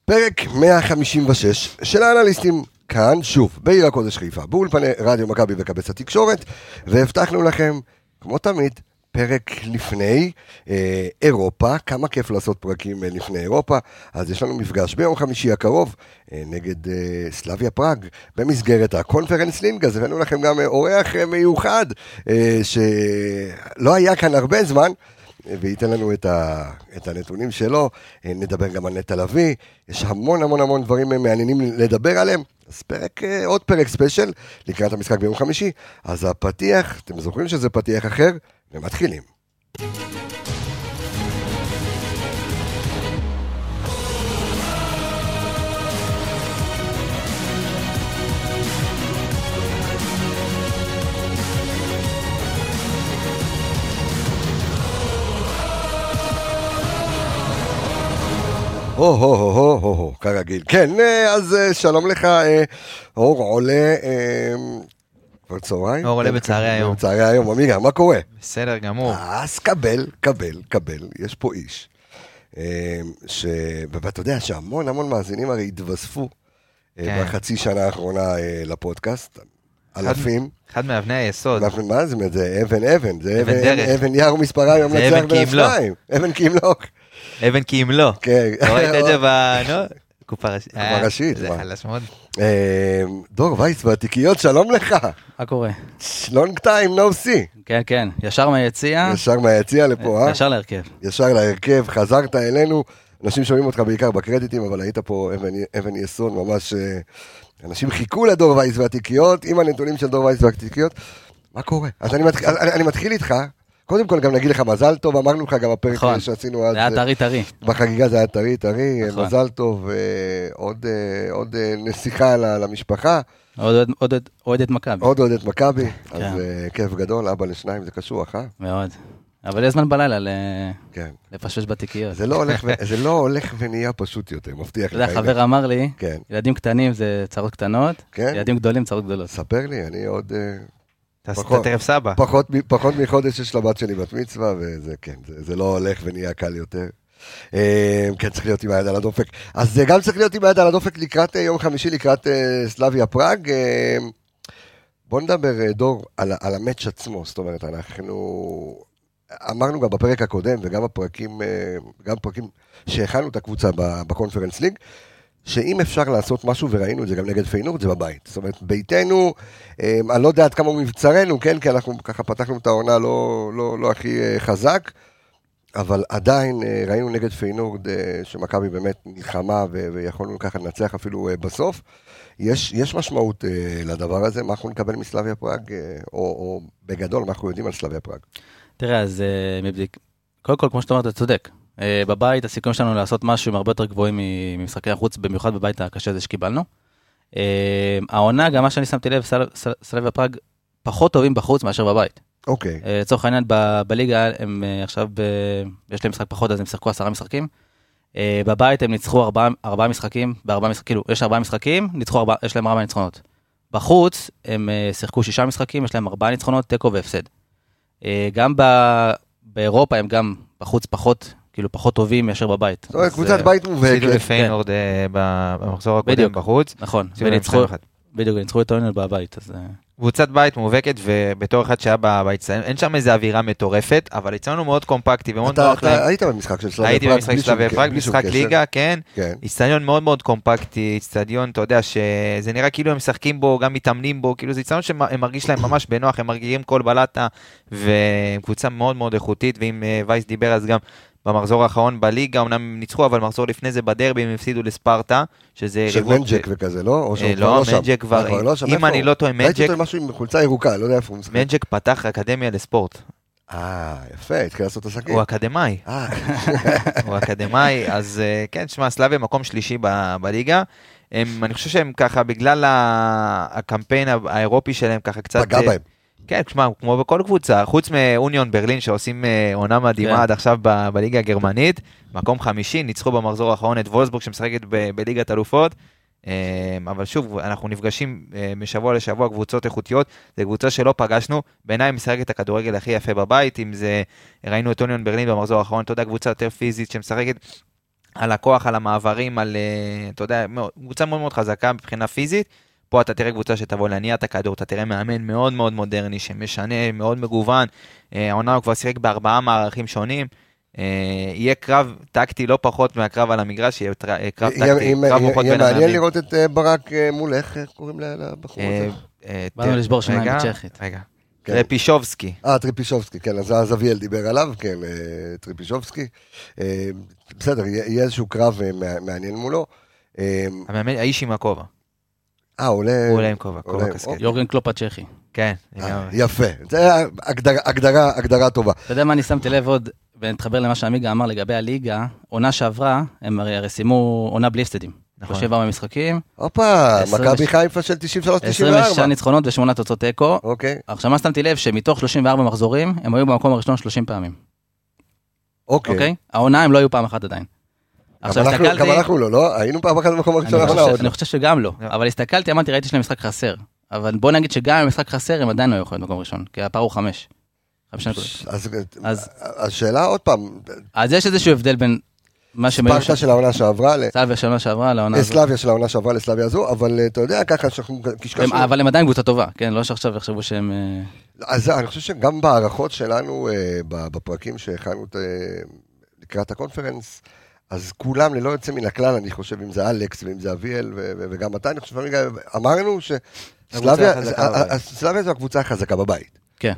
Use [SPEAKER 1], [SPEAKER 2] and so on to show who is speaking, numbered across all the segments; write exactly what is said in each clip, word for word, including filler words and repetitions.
[SPEAKER 1] פרק מאה חמישים ושש של האנליסטים כאן שוב, בעיר הקודש חיפה, באולפני רדיו מכבי וקבץ התקשורת, והבטחנו לכם, כמו תמיד, פרק לפני אה, אירופה. כמה כיף לעשות פרקים אה, לפני אירופה. אז יש לנו מפגש ביום חמישי הקרוב אה, נגד אה, סלאביה פראג במסגרת הקונפרנס לינג. אז הבאנו לכם גם אה, אורח אה, מיוחד אה, שלא היה כאן הרבה זמן וייתן לנו את, ה, את הנתונים שלו. אה, נדבר גם על נטע לביא. יש המון המון המון דברים מעניינים לדבר עליהם. אז פרק, אה, עוד פרק ספיישל לקראת המשחק ביום חמישי. אז הפתיח, אתם זוכרים שזה פתיח אחר? ומתחילים. הו הו הו הו הו הו, כרגיל. כן, אז שלום לך, אור עולה כבר צהריים?
[SPEAKER 2] אור עולה בצערי היום.
[SPEAKER 1] בצערי היום, עמיגה, מה קורה?
[SPEAKER 2] בסדר גמור.
[SPEAKER 1] אז קבל, קבל, קבל, יש פה איש, ואתה יודע שהמון המון מאזינים הרי התווספו בחצי שנה האחרונה לפודקאסט, אלפים.
[SPEAKER 2] אחד מאבני היסוד.
[SPEAKER 1] מה זה? זה אבן אבן, זה אבן יער מספרה היום לצלח בין השניים. אבן כי אם לא.
[SPEAKER 2] אבן כי אם לא.
[SPEAKER 1] כן.
[SPEAKER 2] ראית את זה בנו? קופה ראשית.
[SPEAKER 1] קופה ראשית.
[SPEAKER 2] זה חלש מאוד.
[SPEAKER 1] דור וייס והתיקיות, שלום לך.
[SPEAKER 3] מה קורה?
[SPEAKER 1] long time no see.
[SPEAKER 3] כן, כן. ישר מהיציאה.
[SPEAKER 1] ישר מהיציאה לפה, אה?
[SPEAKER 3] ישר להרכב.
[SPEAKER 1] ישר להרכב, חזרת אלינו. אנשים שומעים אותך בעיקר בקרדיטים, אבל היית פה אבן יסוד, ממש אנשים חיכו לדור וייס והתיקיות, עם הנתונים של דור וייס והתיקיות. מה קורה? אז אני מתחיל איתך. קודם כל גם נגיד לך מזל טוב, אמרנו לך גם הפרק נכון. שעשינו אז...
[SPEAKER 3] זה היה טרי טרי.
[SPEAKER 1] בחגיגה זה היה טרי טרי, נכון. מזל טוב, עוד, עוד נסיכה למשפחה.
[SPEAKER 3] עוד אוהדת מכבי.
[SPEAKER 1] עוד אוהדת מכבי,
[SPEAKER 3] כן.
[SPEAKER 1] אז כיף גדול, אבא לשניים, זה קשוח, אה?
[SPEAKER 3] מאוד. אבל יש זמן בלילה ל...
[SPEAKER 1] כן.
[SPEAKER 3] לפשש בתיקיות.
[SPEAKER 1] זה לא הולך, ו... זה לא הולך ונהיה פשוט יותר, מבטיח לך.
[SPEAKER 3] חבר אמר לי,
[SPEAKER 1] כן.
[SPEAKER 3] ילדים קטנים זה צרות קטנות,
[SPEAKER 1] כן? ילדים
[SPEAKER 3] גדולים צרות גדולות.
[SPEAKER 1] ספר לי, אני עוד...
[SPEAKER 2] אתה תרף סבא.
[SPEAKER 1] פחות, פחות מחודש יש לבת שלי בת מצווה, וזה כן, זה, זה לא הולך ונהיה קל יותר. כן, צריך להיות עם היד על הדופק. אז זה גם צריך להיות עם היד על הדופק לקראת יום חמישי, לקראת סלאביה פראג. בוא נדבר, דור, על, על המאץ' עצמו. זאת אומרת, אנחנו אמרנו גם בפרק הקודם, וגם בפרקים, גם פרקים שהכנו את הקבוצה בקונפרנס ליג, שאם אפשר לעשות משהו, וראינו את זה גם נגד פיינורד, זה בבית. זאת אומרת, ביתנו, אני לא יודע עד כמה הוא מבצרנו, כן? כי אנחנו ככה פתחנו את העונה לא, לא, לא הכי חזק, אבל עדיין ראינו נגד פיינורד, שמכבי באמת נלחמה, ויכולנו ככה לנצח אפילו בסוף. יש, יש משמעות לדבר הזה, מה אנחנו נקבל מסלאביה פראג, או, או בגדול, מה אנחנו יודעים על סלאביה פראג?
[SPEAKER 3] תראה, אז מבדיק, קודם כל, כמו שאתה אומרת, אתה צודק. בבית הסיכום שלנו לעשות משהו עם הרבה יותר גבוהים ממשחקי החוץ, במיוחד בבית הקשה הזה שקיבלנו. העונה, גם מה שאני שמתי לב, סלאביה פראג פחות טובים בחוץ מאשר בבית.
[SPEAKER 1] אוקיי.
[SPEAKER 3] לצורך העניין, בליגה הם עכשיו, יש להם משחק פחות, אז הם שחקו עשרה משחקים. בבית הם ניצחו ארבעה משחקים, בארבעה משחקים, כאילו, יש ארבעה משחקים, ניצחו ארבעה, יש להם ארבעה ניצחונות. בחוץ הם שיחקו שישה משחקים, יש להם ארבעה ניצחונות, תיקו והפסד. גם באירופה הם גם בחוץ פחות כאילו פחות טובים מאשר בבית.
[SPEAKER 1] זאת אומרת, קבוצת בית מובהקת.
[SPEAKER 2] הפסידו לפיינורד במחזור הקודם בחוץ.
[SPEAKER 3] נכון, בדיוק, ניצחו את אונל בבית.
[SPEAKER 2] קבוצת בית מובהקת, ובתור אחד שהיה באיצטדיון, אין שם איזו אווירה מטורפת, אבל האיצטדיון הוא מאוד קומפקטי ומאוד נוח להם.
[SPEAKER 1] היית במשחק של סלאביה פראג?
[SPEAKER 2] הייתי במשחק של סלאביה פראג, משחק ליגה, כן. איצטדיון מאוד מאוד קומפקטי, איצטדיון, אתה יודע שזה נראה כאילו הם משחקים בו, גם מתאמנים בו, כאילו זה איצטדיון שהם מרגיש להם ממש בנוח, הם מרגישים כל בלטה, וקבוצה מאוד מאוד איכותית, ואם וייס דיבר אז גם במחזור האחרון בליגה, אמנם ניצחו, אבל מחזור לפני זה בדרבי, הם הפסידו לספרטה, שזה...
[SPEAKER 1] של מנג'ק וכזה, לא?
[SPEAKER 2] לא, מנג'ק כבר... אם אני לא טועה, מנג'ק...
[SPEAKER 1] ראיתי אותו משהו עם חולצה ירוקה, לא יודע איפה הוא משחק.
[SPEAKER 2] מנג'ק פתח אקדמיה לספורט.
[SPEAKER 1] אה, יפה, התחיל לעשות עסקים.
[SPEAKER 2] הוא אקדמאי. הוא אקדמאי, אז כן, שמה, סלאביה מקום שלישי בליגה. אני חושב שהם ככה, בגלל הקמפיין האירופי שלהם, ככה קצת...
[SPEAKER 1] פגע בהם.
[SPEAKER 2] כן, תשמע, כמו בכל קבוצה, חוץ מאוניון ברלין שעושים עונה מדהימה עד עכשיו בליגה הגרמנית, מקום חמישי, ניצחו במחזור האחרון את וולסבורג שמשחקת בליגת אלופות, אבל שוב, אנחנו נפגשים משבוע לשבוע קבוצות איכותיות, זו קבוצה שלא פגשנו, בעיניי משחקת את הכדורגל הכי יפה בבית, אם זה, ראינו את אוניון ברלין במחזור האחרון, אתה יודע, קבוצה יותר פיזית שמשחקת, על הכוח, על המעברים, על, אתה יודע, קבוצה מאוד מאוד חזקה מבחינה פיזית, פה אתה תראה קבוצה שתבוא להניע את הכדור, אתה תראה מאמן מאוד מאוד מודרני, שמשנה, מאוד מגוון, העונה הוא כבר שיחק בארבעה מערכים שונים, יהיה קרב טקטי לא פחות מהקרב על המגרש, יהיה קרב טקטי, קרב מוחות בין המאמנים.
[SPEAKER 1] יהיה מעניין לראות את ברק מול, איך קוראים לבחור הזה?
[SPEAKER 3] באנו לשבור שניים בצ'כית.
[SPEAKER 2] רגע. טריפישובסקי.
[SPEAKER 1] אה, טריפישובסקי, כן, אז אביאל דיבר עליו, כן, טריפישובסקי. בסדר, יהיה איזשהו קרב מעניין מולו.
[SPEAKER 2] המאמן, האיש עם הכובע.
[SPEAKER 1] אה, עולה...
[SPEAKER 2] הוא עולה עם כובע, כובע קסקט.
[SPEAKER 3] יורגן קלופ הצ'כי.
[SPEAKER 2] כן.
[SPEAKER 1] יפה, זה הגדרה טובה.
[SPEAKER 3] אתה יודע מה אני שמתי לב עוד, ונתחבר למה שעמיגה אמר לגבי הליגה, עונה שעברה, הם הרי סיימו עונה בלי הפסדים. שלושים וארבע משחקים.
[SPEAKER 1] הופה, מכבי חיפה של תשעים ושלוש תשעים וארבע.
[SPEAKER 3] עשרים ושש ניצחונות ושמונה תוצאות תיקו.
[SPEAKER 1] אוקיי.
[SPEAKER 3] עכשיו מה שמתי לב שמתוך שלושים וארבע מחזורים, הם היו במקום הראשון שלושים פעמים.
[SPEAKER 1] אוקיי.
[SPEAKER 3] אוקיי? העונה הם לא היו פעם אחת עדיין.
[SPEAKER 1] גם אנחנו לא, לא? היינו פעם אחת במקום הראשון.
[SPEAKER 3] אני חושב שגם לא. אבל הסתכלתי, אמרתי, ראיתי שלהם משחק חסר. אבל בוא נגיד שגם אם משחק חסר, הם עדיין לא יכולים במקום ראשון. כי הפער הוא חמש.
[SPEAKER 1] אז השאלה עוד פעם.
[SPEAKER 3] אז יש איזשהו הבדל בין
[SPEAKER 1] ספרטה של העונה שעברה,
[SPEAKER 3] סלביה של העונה שעברה לעונה הזו.
[SPEAKER 1] סלביה של העונה שעברה לסלביה הזו, אבל אתה יודע ככה שאנחנו קשקשנו.
[SPEAKER 3] אבל הם עדיין קבוצה טובה, כן? לא שעכשיו יחשבו שהם...
[SPEAKER 1] אז אני חושב שגם בהערכות שלנו, בפרקים שהכנו לקראת הקונפרנס, אז כולם ללא יוצא מן הכלל, אני חושב, אם זה אלכס ואם זה אביאל, וגם אתה, אני חושב, אמרנו שסלביה זו הקבוצה החזקה בבית.
[SPEAKER 3] כן.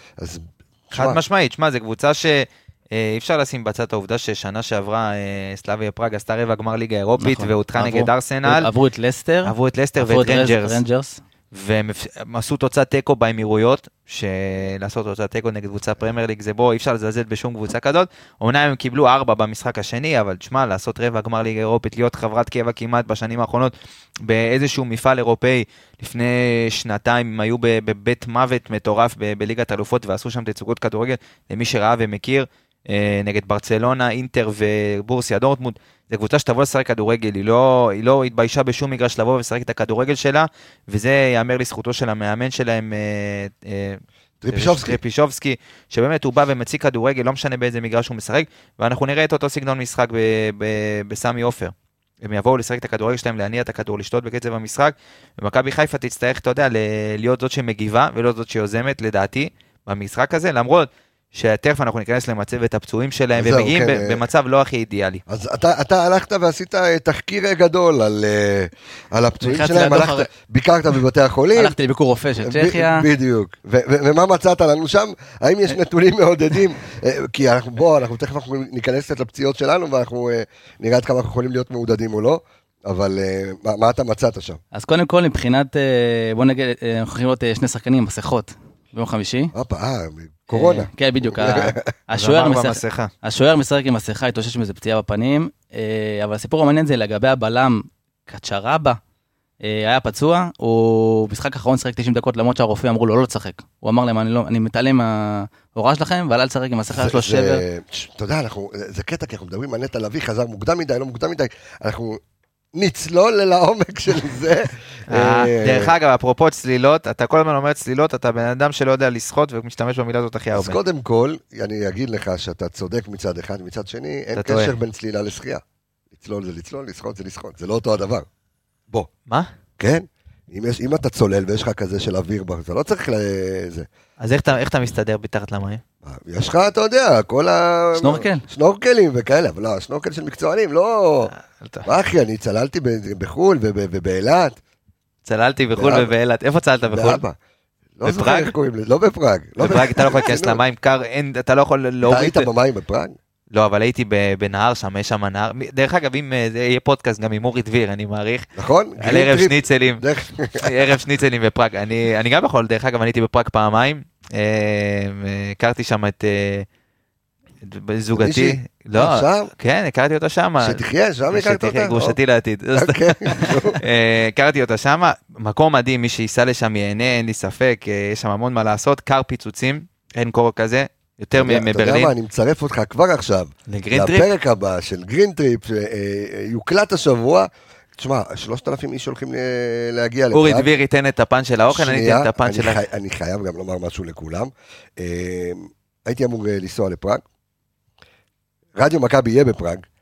[SPEAKER 2] חד משמעית, שמה, זו קבוצה ש... אי אפשר לשים בצד העובדה ששנה שעברה סלאביה פראג עשתה רבע גמר ליגה אירופית והותחה נגד ארסנל.
[SPEAKER 3] עברו את לסטר.
[SPEAKER 2] עברו את לסטר ואת רנג'רס. והם עשו תוצאת טקו באמירויות, שלעשות תוצאת טקו נגד קבוצה פרמייר ליג זה בו, אי אפשר לזלזל בשום קבוצה כזאת. אומנם הם קיבלו ארבע במשחק השני, אבל תשמע, לעשות רבע גמר ליגה אירופית, להיות חברת קבע כמעט בשנים האחרונות, באיזשהו מפעל אירופאי, לפני שנתיים הם היו בבית מוות מטורף בליגת אלופות, ועשו שם תצוגות כדורגל, למי שראה ומכיר, נגד ברצלונה, אינטר ובורסיה דורטמונד, זו קבוצה שתבוא לשחק כדורגל, היא לא, היא לא התביישה בשום מגרש לבוא ולשחק את הכדורגל שלה, וזה יאמר לזכותו של המאמן שלהם,
[SPEAKER 1] טריפישובסקי.
[SPEAKER 2] טריפישובסקי, שבאמת הוא בא ומציג כדורגל, לא משנה באיזה מגרש הוא משחק, ואנחנו נראה את אותו סגנון משחק בסמי עופר. הם יבואו לשחק את הכדורגל שלהם, להניע את הכדור, לשתות בקצב המשחק, ומכבי חיפה תצטרך, אתה יודע, להיות זאת שמגיבה, ולא זאת שיוזמת, לדעתי, במשחק הזה, למרות שתכף אנחנו ניכנס למצבת הפצועים שלהם, ומגיעים במצב לא הכי אידיאלי.
[SPEAKER 1] אז אתה הלכת ועשית תחקיר גדול על הפצועים שלהם, ביקרת בבתי החולים.
[SPEAKER 3] הלכתי לביקור רופא של צ'כיה.
[SPEAKER 1] בדיוק. ומה מצאת לנו שם? האם יש נתונים מעודדים? כי בוא, אנחנו תכף ניכנס קצת לפציעות שלנו, ואנחנו נראה עד כמה אנחנו יכולים להיות מעודדים או לא, אבל מה אתה מצאת שם?
[SPEAKER 3] אז קודם כל, מבחינת, בוא נגיד, אנחנו יכולים לראות שני שחקנים עם מסכות ביום חמישי.
[SPEAKER 1] אה, קורונה.
[SPEAKER 3] כן, בדיוק. השוער משחק עם מסכה, התאושש מזה פציעה בפנים, אבל הסיפור המעניין זה לגבי הבלם קצ'רבה, היה פצוע, הוא משחק אחרון שחק תשעים דקות, למרות שהרופאים אמרו לו לא לצחק. הוא אמר להם, אני מתעלם מההוראה שלכם, ועלה לצחק עם מסכה, יש לו שבר.
[SPEAKER 1] אתה יודע, זה קטע, כי אנחנו מדברים על נטע לביא, חזר מוקדם מדי, לא מוקדם מדי, אנחנו... נצלול לעומק של זה.
[SPEAKER 2] דרך אגב, אפרופו צלילות, אתה כל הזמן אומר צלילות, אתה בן אדם שלא יודע לשחות ומשתמש במילה הזאת הכי הרבה.
[SPEAKER 1] אז קודם כל, אני אגיד לך שאתה צודק מצד אחד, מצד שני, אין קשר בין צלילה לשחייה. לצלול זה לצלול, לשחות זה לשחות, זה לא אותו הדבר. בוא.
[SPEAKER 2] מה?
[SPEAKER 1] כן. אם אתה צולל ויש לך כזה של אוויר, אתה לא צריך לזה.
[SPEAKER 2] אז איך אתה מסתדר מתחת למים?
[SPEAKER 1] יש לך, אתה יודע, כל ה...
[SPEAKER 3] שנורקל.
[SPEAKER 1] שנורקלים וכאלה, אבל לא, שנורקל של מקצוענים, לא... מה אחי, אני צללתי בחול ובאילת.
[SPEAKER 2] צללתי בחול ובאילת, איפה צללת בחול?
[SPEAKER 1] לא זוכר איך קוראים לזה, לא בפראג.
[SPEAKER 2] בפראג אתה לא יכול להיכנס למים קר, אתה לא יכול להוריד...
[SPEAKER 1] אתה היית במים בפראג?
[SPEAKER 2] לא, אבל הייתי בנהר שם, יש שם נהר. דרך אגב, אם זה יהיה פודקאסט גם עם אורי דביר, אני מעריך.
[SPEAKER 1] נכון.
[SPEAKER 2] על ערב שניצלים. ערב שניצלים בפראג. אני גם יכול, דרך אגב, אני הייתי בפראג פעמיים. הכרתי שם את זוגתי. לא, כן, הכרתי אותה שם.
[SPEAKER 1] שתחיה, שם הכרת אותה?
[SPEAKER 2] גרושתי לעתיד. הכרתי אותה שם. מקום מדהים, מי שיסע לשם ייהנה, אין לי ספק. יש שם המון מה לעשות. קר פיצוצים, אין קור כזה. יותר מברלין.
[SPEAKER 1] אתה יודע מה, אני מצרף אותך כבר עכשיו.
[SPEAKER 2] לגרין טריפ?
[SPEAKER 1] לפרק הבא של גרין טריפ, יוקלט השבוע. תשמע, שלושת אלפים איש הולכים להגיע לפראג.
[SPEAKER 2] אורי דביר ייתן את הפן של האוכל, אני אתן את הפן של...
[SPEAKER 1] אני חייב גם לומר משהו לכולם. הייתי אמור לנסוע לפראג. רדיו מכבי יהיה בפראג,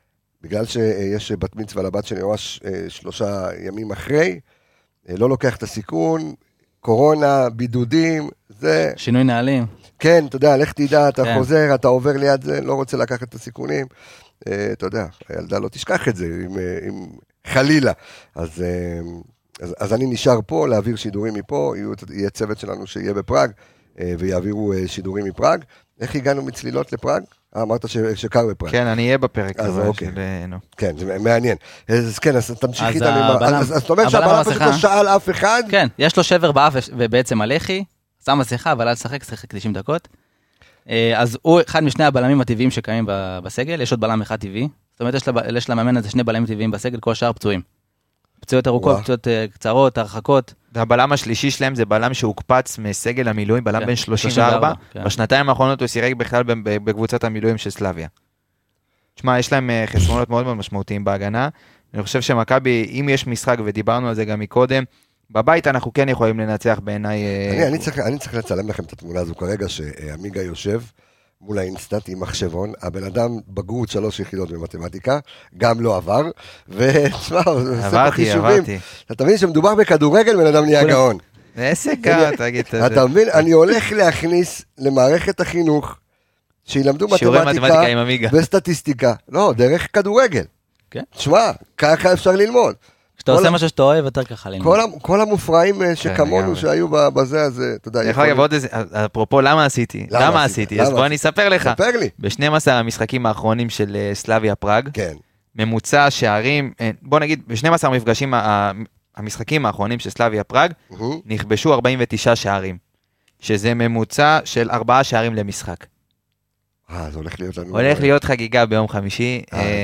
[SPEAKER 1] בגלל שיש בת מצווה לבת שלי ממש שלושה ימים אחרי, לא לוקח את הסיכון, קורונה, בידודים, זה...
[SPEAKER 3] שינוי נהלים.
[SPEAKER 1] כן, אתה יודע, לך תדע, אתה כן. חוזר, אתה עובר ליד זה, לא רוצה לקחת את הסיכונים, אתה יודע, הילדה לא תשכח את זה, עם, עם חלילה. אז, אז, אז אני נשאר פה, להעביר שידורים מפה, יהיה צוות שלנו שיהיה בפראג, ויעבירו שידורים מפראג. איך הגענו מצלילות לפראג? אמרת שקר בפראג.
[SPEAKER 2] כן, אני אהיה בפרק.
[SPEAKER 1] אז אוקיי. כן, זה מעניין. אז כן, אז תמשיך איתנו. אז זאת אומרת שהבלם פשוט לא שאל אף אחד?
[SPEAKER 3] כן, יש לו שבר באף ובעצם הלחי, שם מסכה, אבל אל לשחק, שחק תשעים דקות. אז הוא אחד משני הבלמים הטבעיים שקיימים בסגל, יש עוד בלם אחד טבעי. זאת אומרת, יש למאמן הזה שני בלמים טבעיים בסגל, כל השאר פצועים. פציעות ארוכות, פציעות קצרות, הרחקות.
[SPEAKER 2] והבלם השלישי שלהם זה בלם שהוקפץ מסגל המילואים, בלם בן שלושים וארבע. בשנתיים האחרונות הוא סירק בכלל בקבוצת המילואים של סלאביה. תשמע, יש להם חסרונות מאוד מאוד משמעותיים בהגנה. אני חושב שמכבי, אם יש משחק, ודיברנו על זה גם מקודם, בבית אנחנו כן יכולים לנצח בעיניי...
[SPEAKER 1] אני צריך לצלם לכם את התמונה הזו כרגע, שעמיגה יושב מול האינסטנט עם מחשבון, הבן אדם בגרות שלוש יחידות במתמטיקה, גם לא עבר, ותשמע, הוא עושה בחישובים. אתה מבין שמדובר בכדורגל, בן אדם נהיה גאון.
[SPEAKER 2] איזה גאון, תגיד את זה.
[SPEAKER 1] אתה מבין, אני הולך להכניס למערכת החינוך, שילמדו מתמטיקה וסטטיסטיקה, לא, דרך כדורגל. תשמע, ככה אפשר ללמוד.
[SPEAKER 3] כשאתה עושה משהו שאתה אוהב, יותר ככה ללמוד.
[SPEAKER 1] כל המופרעים שכמונו שהיו בזה, אז אתה יודע...
[SPEAKER 2] דרך אגב, עוד איזה, אפרופו, למה עשיתי? למה עשיתי? אז בוא אני אספר לך.
[SPEAKER 1] ספר לי.
[SPEAKER 2] ב-שנים עשר המשחקים האחרונים של סלאביה פראג, ממוצע שערים, בוא נגיד, ב-שנים עשר המפגשים, המשחקים האחרונים של סלאביה פראג, נכבשו ארבעים ותשעה שערים, שזה ממוצע של ארבעה שערים למשחק.
[SPEAKER 1] אה, זה הולך להיות לנו...
[SPEAKER 2] הולך להיות חגיגה ביום חמישי.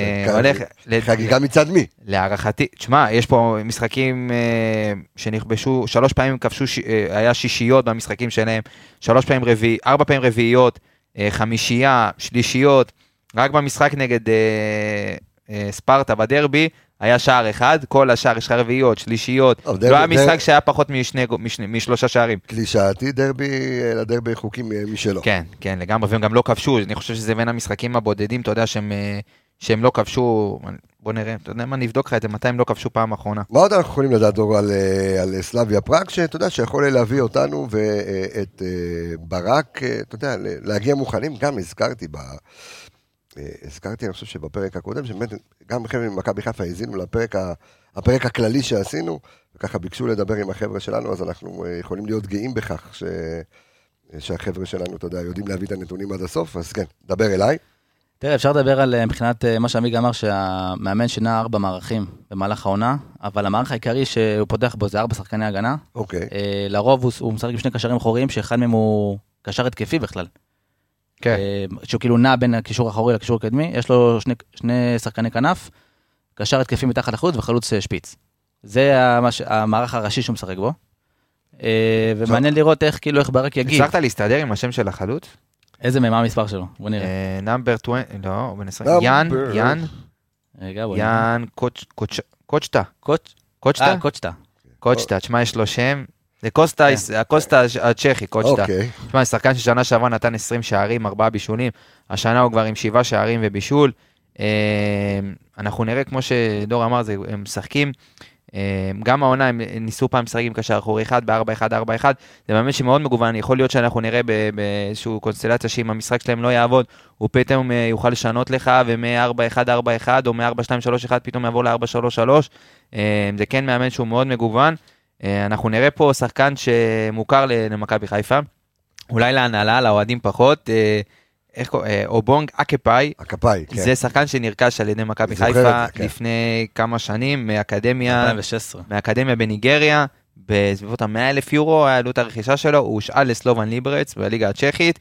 [SPEAKER 1] חגיגה מצד מי?
[SPEAKER 2] להערכתי. תשמע, יש פה משחקים שנכבשו, שלוש פעמים כבשו, היה שישיות במשחקים שלהם, שלוש פעמים רביעי, ארבע פעמים רביעיות, חמישייה, שלישיות, רק במשחק נגד ספרטה בדרבי, היה שער אחד, כל השער יש רביעיות, שלישיות, לא היה משחק שהיה פחות משלושה שערים.
[SPEAKER 1] קלישאתי, דרבי, לדרבי חוקים משלו.
[SPEAKER 2] כן, כן, לגמרי, והם גם לא כבשו, אני חושב שזה בין המשחקים הבודדים, אתה יודע שהם לא כבשו, בוא נראה, אתה יודע מה, נבדוק לך את זה, מתי הם לא כבשו פעם האחרונה.
[SPEAKER 1] מה עוד אנחנו יכולים לדעת דור על סלאביה פראג, שאתה יודע, שיכול להביא אותנו ואת ברק, אתה יודע, להגיע מוכנים, גם הזכרתי ב... הזכרתי, אני חושב שבפרק הקודם, שבאמת גם חבר'ה ממכבי חיפה הזינו לפרק הפרק הכללי שעשינו, וככה ביקשו לדבר עם החבר'ה שלנו, אז אנחנו יכולים להיות גאים בכך ש... שהחבר'ה שלנו, אתה יודע, יודעים להביא את הנתונים עד הסוף, אז כן, דבר אליי.
[SPEAKER 3] תראה, אפשר לדבר על מבחינת מה שעמיג אמר, שהמאמן שינה ארבע מערכים במהלך העונה, אבל המערך העיקרי שהוא פותח בו זה ארבע שחקני הגנה.
[SPEAKER 1] אוקיי.
[SPEAKER 3] לרוב הוא, הוא משחק עם שני קשרים אחוריים, שאחד מהם הוא קשר התקפי בכלל.
[SPEAKER 2] כן.
[SPEAKER 3] שהוא כאילו נע בין הקישור האחורי לקישור הקדמי, יש לו שני, שני שחקני כנף, קשר התקפי מתחת לחלוץ וחלוץ שפיץ. זה המש... המערך הראשי שהוא משחק בו. ומעניין לראות איך כאילו איך ברק יגיב.
[SPEAKER 2] הצלחת להסתדר עם השם של החלוץ?
[SPEAKER 3] איזה מה המספר שלו? בוא נראה.
[SPEAKER 2] נאמבר עשרים, לא, בן עשרים. יאן, יאן.
[SPEAKER 3] רגע, בוא
[SPEAKER 2] נראה. יאן קוצ'טה.
[SPEAKER 3] קוצ'טה? קוצ'טה.
[SPEAKER 2] קוצ'טה, תשמע, יש לו שם. זה קוסטה, הקוסטה הצ'כי, קוצ'טה. תשמע, שחקן ששנה שעברה נתן עשרים שערים, ארבעה בישולים. השנה הוא כבר עם שבעה שערים ובישול. אנחנו נראה, כמו שדור אמר, הם משחקים. גם העונה, הם ניסו פעם לשחק עם קשר אחורי אחד, ב-ארבע אחד ארבע אחד. זה באמת שמאוד מגוון. יכול להיות שאנחנו נראה באיזושהי קונסטלציה שאם המשחק שלהם לא יעבוד, הוא פתאום יוכל לשנות לך, ומ-ארבע אחד ארבע אחד או מ-ארבע שתיים שלוש אחד פתאום יעבור ל-ארבע שלוש שלוש. זה כן מאמן שהוא מאוד מגוון. אנחנו נראה פה שחקן שמוכר למכבי חיפה, אולי להנהלה, לאוהדים פחות, אובונג אקפאי, זה שחקן שנרכש על ידי מכבי חיפה לפני כמה שנים, מאקדמיה, מאקדמיה בניגריה, בסביבות ה-מאה אלף יורו, העלות הרכישה שלו, הוא הושאל לסלובן ליברץ בליגה הצ'כית,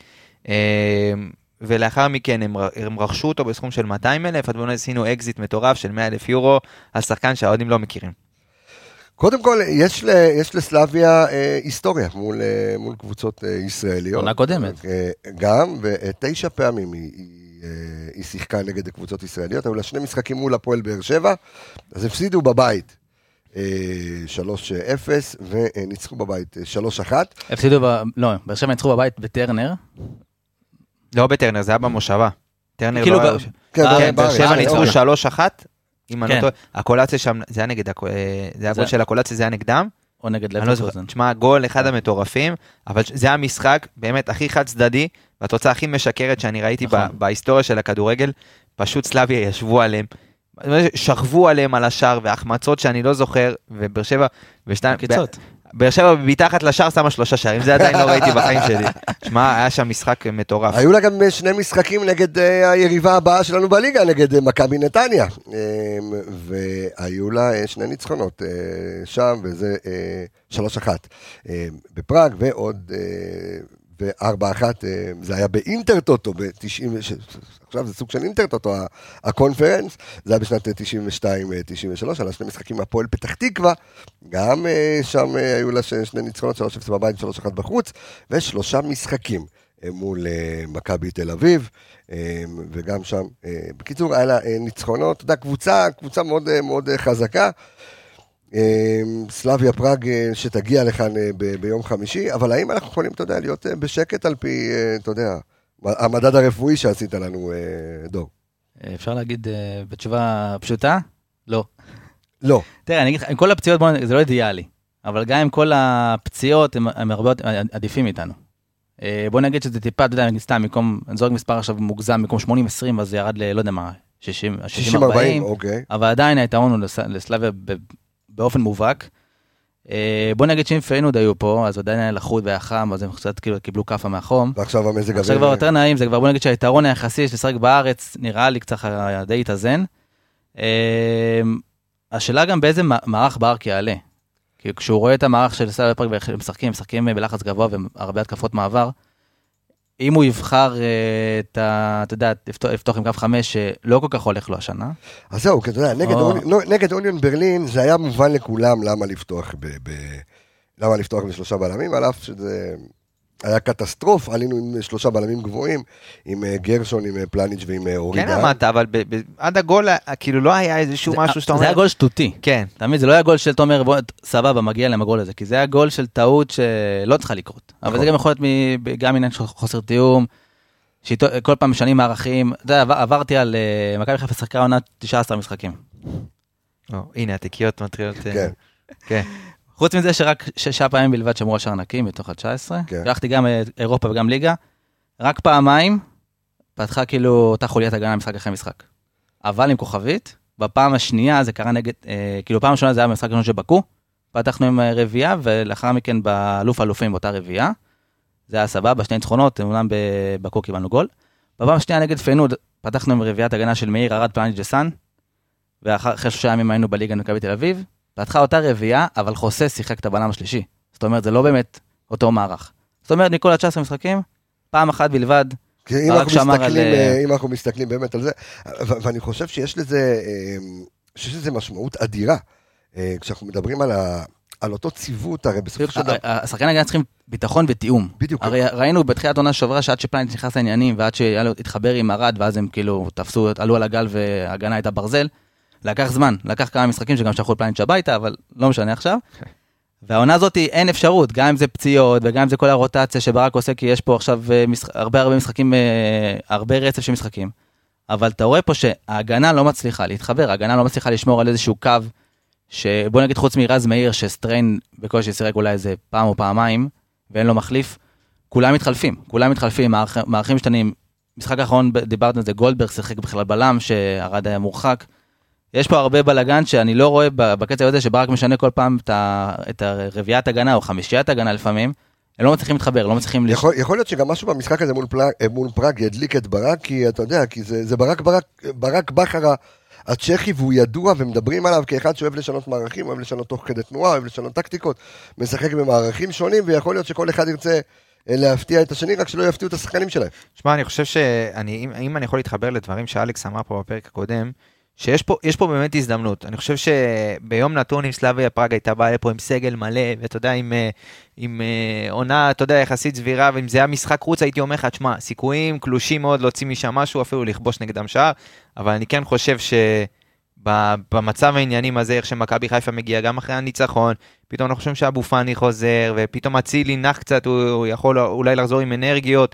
[SPEAKER 2] ולאחר מכן הם, הם רכשו אותו בסכום של מאתיים אלף, עד בואו עשינו אקזיט מטורף של מאה אלף יורו, על שחקן שהאוהדים לא מכירים.
[SPEAKER 1] קודם כל, יש, ל, יש לסלאביה אה, היסטוריה מול, אה, מול קבוצות אה, ישראליות.
[SPEAKER 3] עונה קודמת.
[SPEAKER 1] אה, גם, ותשע פעמים היא, היא, אה, היא שיחקה נגד קבוצות ישראליות, אבל שני משחקים מול הפועל באר שבע, אז הפסידו בבית אה, שלוש אפס, וניצחו בבית שלוש אחת.
[SPEAKER 3] הפסידו, ב... לא, באר שבע ניצחו בבית בטרנר.
[SPEAKER 2] לא בטרנר, זה היה במושבה. טרנר לא היה... כן, באר שבע ניצחו שלוש אחת, הקולציה שם, זה היה נגד, זה היה גול של הקולציה, זה היה נגדם,
[SPEAKER 3] או נגד לברקוזן.
[SPEAKER 2] תשמע, גול אחד המטורפים, אבל זה המשחק באמת הכי חד צדדי, והתוצאה הכי משקרת שאני ראיתי בהיסטוריה של הכדורגל, פשוט סלאביה ישבו עליהם, שכבו עליהם על השאר, והחמצות שאני לא זוכר, ובאר שבע, באר שבע מתחת לשאר שמה שלושה שערים, זה עדיין לא ראיתי בחיים שלי. שמע, היה שם משחק מטורף.
[SPEAKER 1] היו לה גם שני משחקים נגד היריבה הבאה שלנו בליגה, נגד מכבי נתניה, והיו לה שני ניצחונות שם, וזה שלוש אחת בפראג, ועוד וארבע אחת, זה היה באינטרטוטו, ב-תשעים, עכשיו זה סוג של אינטרטוטו, הקונפרנס, זה היה בשנת תשעים ושתיים תשעים ושלוש, על השני משחקים מהפועל פתח תקווה, גם שם היו לה שני ניצחונות, שלוש אפס בבית, שלוש אחת בחוץ, ושלושה משחקים מול מכבי תל אביב, וגם שם, בקיצור, היה לה ניצחונות, אתה יודע, קבוצה, קבוצה מאוד מאוד חזקה, סלאביה פראג שתגיע לכאן ב- ביום חמישי, אבל האם אנחנו יכולים, אתה יודע, להיות בשקט על פי, אתה יודע, המדד הרפואי שעשית לנו, דור?
[SPEAKER 3] אפשר להגיד בתשובה פשוטה? לא.
[SPEAKER 1] לא.
[SPEAKER 3] תראה, אני אגיד לך, עם כל הפציעות, זה לא אידיאלי, אבל גם עם כל הפציעות, הם, הם הרבה עדיפים איתנו. בוא נגיד שזה טיפה, אתה יודע, סתם, מקום, אני זורק מספר עכשיו מוגזם, מקום שמונים עשרים, אז זה ירד ל, לא יודע מה, שישים ארבעים,
[SPEAKER 1] אוקיי.
[SPEAKER 3] אבל עדיין היתרון הוא לסלאביה באופן מובהק. בוא נגיד שאם פיינוד היו פה, אז עדיין היה לחוד והיה חם, אז הם קצת כאילו קיבלו קפה מהחום.
[SPEAKER 1] ועכשיו המזג אוויר.
[SPEAKER 3] עכשיו כבר יותר נעים, זה כבר בוא נגיד שהיתרון היחסי לשחק בארץ, נראה לי קצת די התאזן. השאלה גם באיזה מערך בארק יעלה. כי כשהוא רואה את המערך של סלאביה פראג ומשחקים, משחקים בלחץ גבוה והרבה התקפות מעבר, אם הוא יבחר את ה... אתה יודע, לפתוח עם קו חמש, שלא כל כך הולך לו השנה.
[SPEAKER 1] אז זהו, כי אתה יודע, נגד אוניון ברלין, זה היה מובן לכולם למה לפתוח ב... למה לפתוח בשלושה בלמים, על אף שזה היה קטסטרוף, עלינו עם שלושה בלמים גבוהים, עם גרשון, עם פלניץ' ועם אורידה.
[SPEAKER 2] כן אמרת, אבל עד הגול, כאילו לא היה איזשהו משהו שאתה אומר...
[SPEAKER 3] זה היה גול שטותי.
[SPEAKER 2] כן.
[SPEAKER 3] תמיד, זה לא היה גול של תומר, סבבה, מגיע להם הגול הזה, כי זה היה גול של טעות שלא צריכה לקרות. אבל זה גם יכול להיות גם עניין של חוסר תיאום, כל פעם משנים מערכים. אתה יודע, עברתי על מכבי חיפה שיחקה עונה תשעה עשר משחקים.
[SPEAKER 2] הנה, התיקיות מטריעות.
[SPEAKER 1] כן.
[SPEAKER 3] חוץ מזה שרק ששה פעמים בלבד שמרו על שער נקי מתוך ה-תשע עשרה, הלכתי גם אירופה וגם ליגה, רק פעמיים פתחה כאילו אותה חוליית הגנה משחק אחרי משחק. אבל עם כוכבית, בפעם השנייה זה קרה נגד, כאילו פעם השנייה זה היה במשחק ראשון של בקו, פתחנו עם רביעייה, ולאחר מכן באלוף אלופים באותה רביעייה, זה היה סבבה, שני ניצחונות, אומנם בבקו קיבלנו גול. בפעם השנייה נגד פיינוד, פתחנו עם רביעיית הגנה של מאיר, ארד, פלניץ' וסן, ואחרי שלושה ימים היינו בליגה מכבי תל אביב, פתחה אותה רביעייה, אבל חוסה שיחק את הבלם השלישי. זאת אומרת, זה לא באמת אותו מערך. זאת אומרת, מכל ה-תשע עשרה משחקים, פעם אחת בלבד,
[SPEAKER 1] רק שמר על... אם אנחנו מסתכלים באמת על זה, ואני חושב שיש לזה, שיש לזה משמעות אדירה, כשאנחנו מדברים על ה... על אותו ציוות, הרי בסופו של דבר...
[SPEAKER 3] השחקן הגנה צריכים ביטחון ותיאום.
[SPEAKER 1] בדיוק.
[SPEAKER 3] הרי ראינו בתחילת עונה שעברה, שעד שפלניץ' נכנס לעניינים, ועד שהתחבר עם ארד, ואז הם כאילו תפסו, עלו על הגל, וההגנה הייתה ברזל. לקח זמן, לקח כמה משחקים שגם שלחו פלניץ' הביתה, אבל לא משנה עכשיו. והעונה הזאת אין אפשרות, גם אם זה פציעות, וגם אם זה כל הרוטציה שברק עושה, כי יש פה עכשיו הרבה הרבה משחקים, הרבה רצף של משחקים. אבל אתה רואה פה שההגנה לא מצליחה להתחבר, ההגנה לא מצליחה לשמור על איזשהו קו, שבוא נגיד חוץ מרז מאיר, שסטריין בקושי סירק אולי איזה פעם או פעמיים, ואין לו מחליף, כולם מתחלפים, כולם מתחלפים, מערכים משתנים. משחק האחרון דיברנו על זה, גולדברג שיחק בכלל בלם, שהרד היה מורחק. יש פה הרבה בלגן שאני לא רואה בקצב הזה, שברק משנה כל פעם את הרביעיית הגנה, או חמישיית הגנה לפעמים, הם לא מצליחים להתחבר, לא מצליחים...
[SPEAKER 1] יכול, יכול להיות שגם משהו במשחק הזה מול, פלאג, מול פראג ידליק את ברק, כי אתה יודע, כי זה, זה ברק, ברק, ברק בחר הצ'כי, והוא ידוע, ומדברים עליו כאחד שאוהב לשנות מערכים, אוהב לשנות תוך כדי תנועה, אוהב לשנות טקטיקות, משחק במערכים שונים, ויכול להיות שכל אחד ירצה להפתיע את השני, רק שלא יפתיעו את השחקנים שלהם.
[SPEAKER 2] שמע, אני חושב שאני, אם, אם אני יכול להתחבר לדברים שאלכס אמר פה בפרק הקודם, שיש פה, יש פה באמת הזדמנות. אני חושב שביום נתון עם סלאביה פראג הייתה באה לפה עם סגל מלא, ואתה יודע, עם, עם עונה, אתה יודע, יחסית סבירה, ואם זה היה משחק חוץ, הייתי אומר לך, תשמע, סיכויים קלושים מאוד להוציא משם משהו, אפילו לכבוש נגדם שער, אבל אני כן חושב במצב העניינים הזה, איך שמכבי חיפה מגיע גם אחרי הניצחון, פתאום אנחנו חושבים שאבו פאני חוזר, ופתאום אצילי נח קצת, הוא יכול אולי לחזור עם אנרגיות,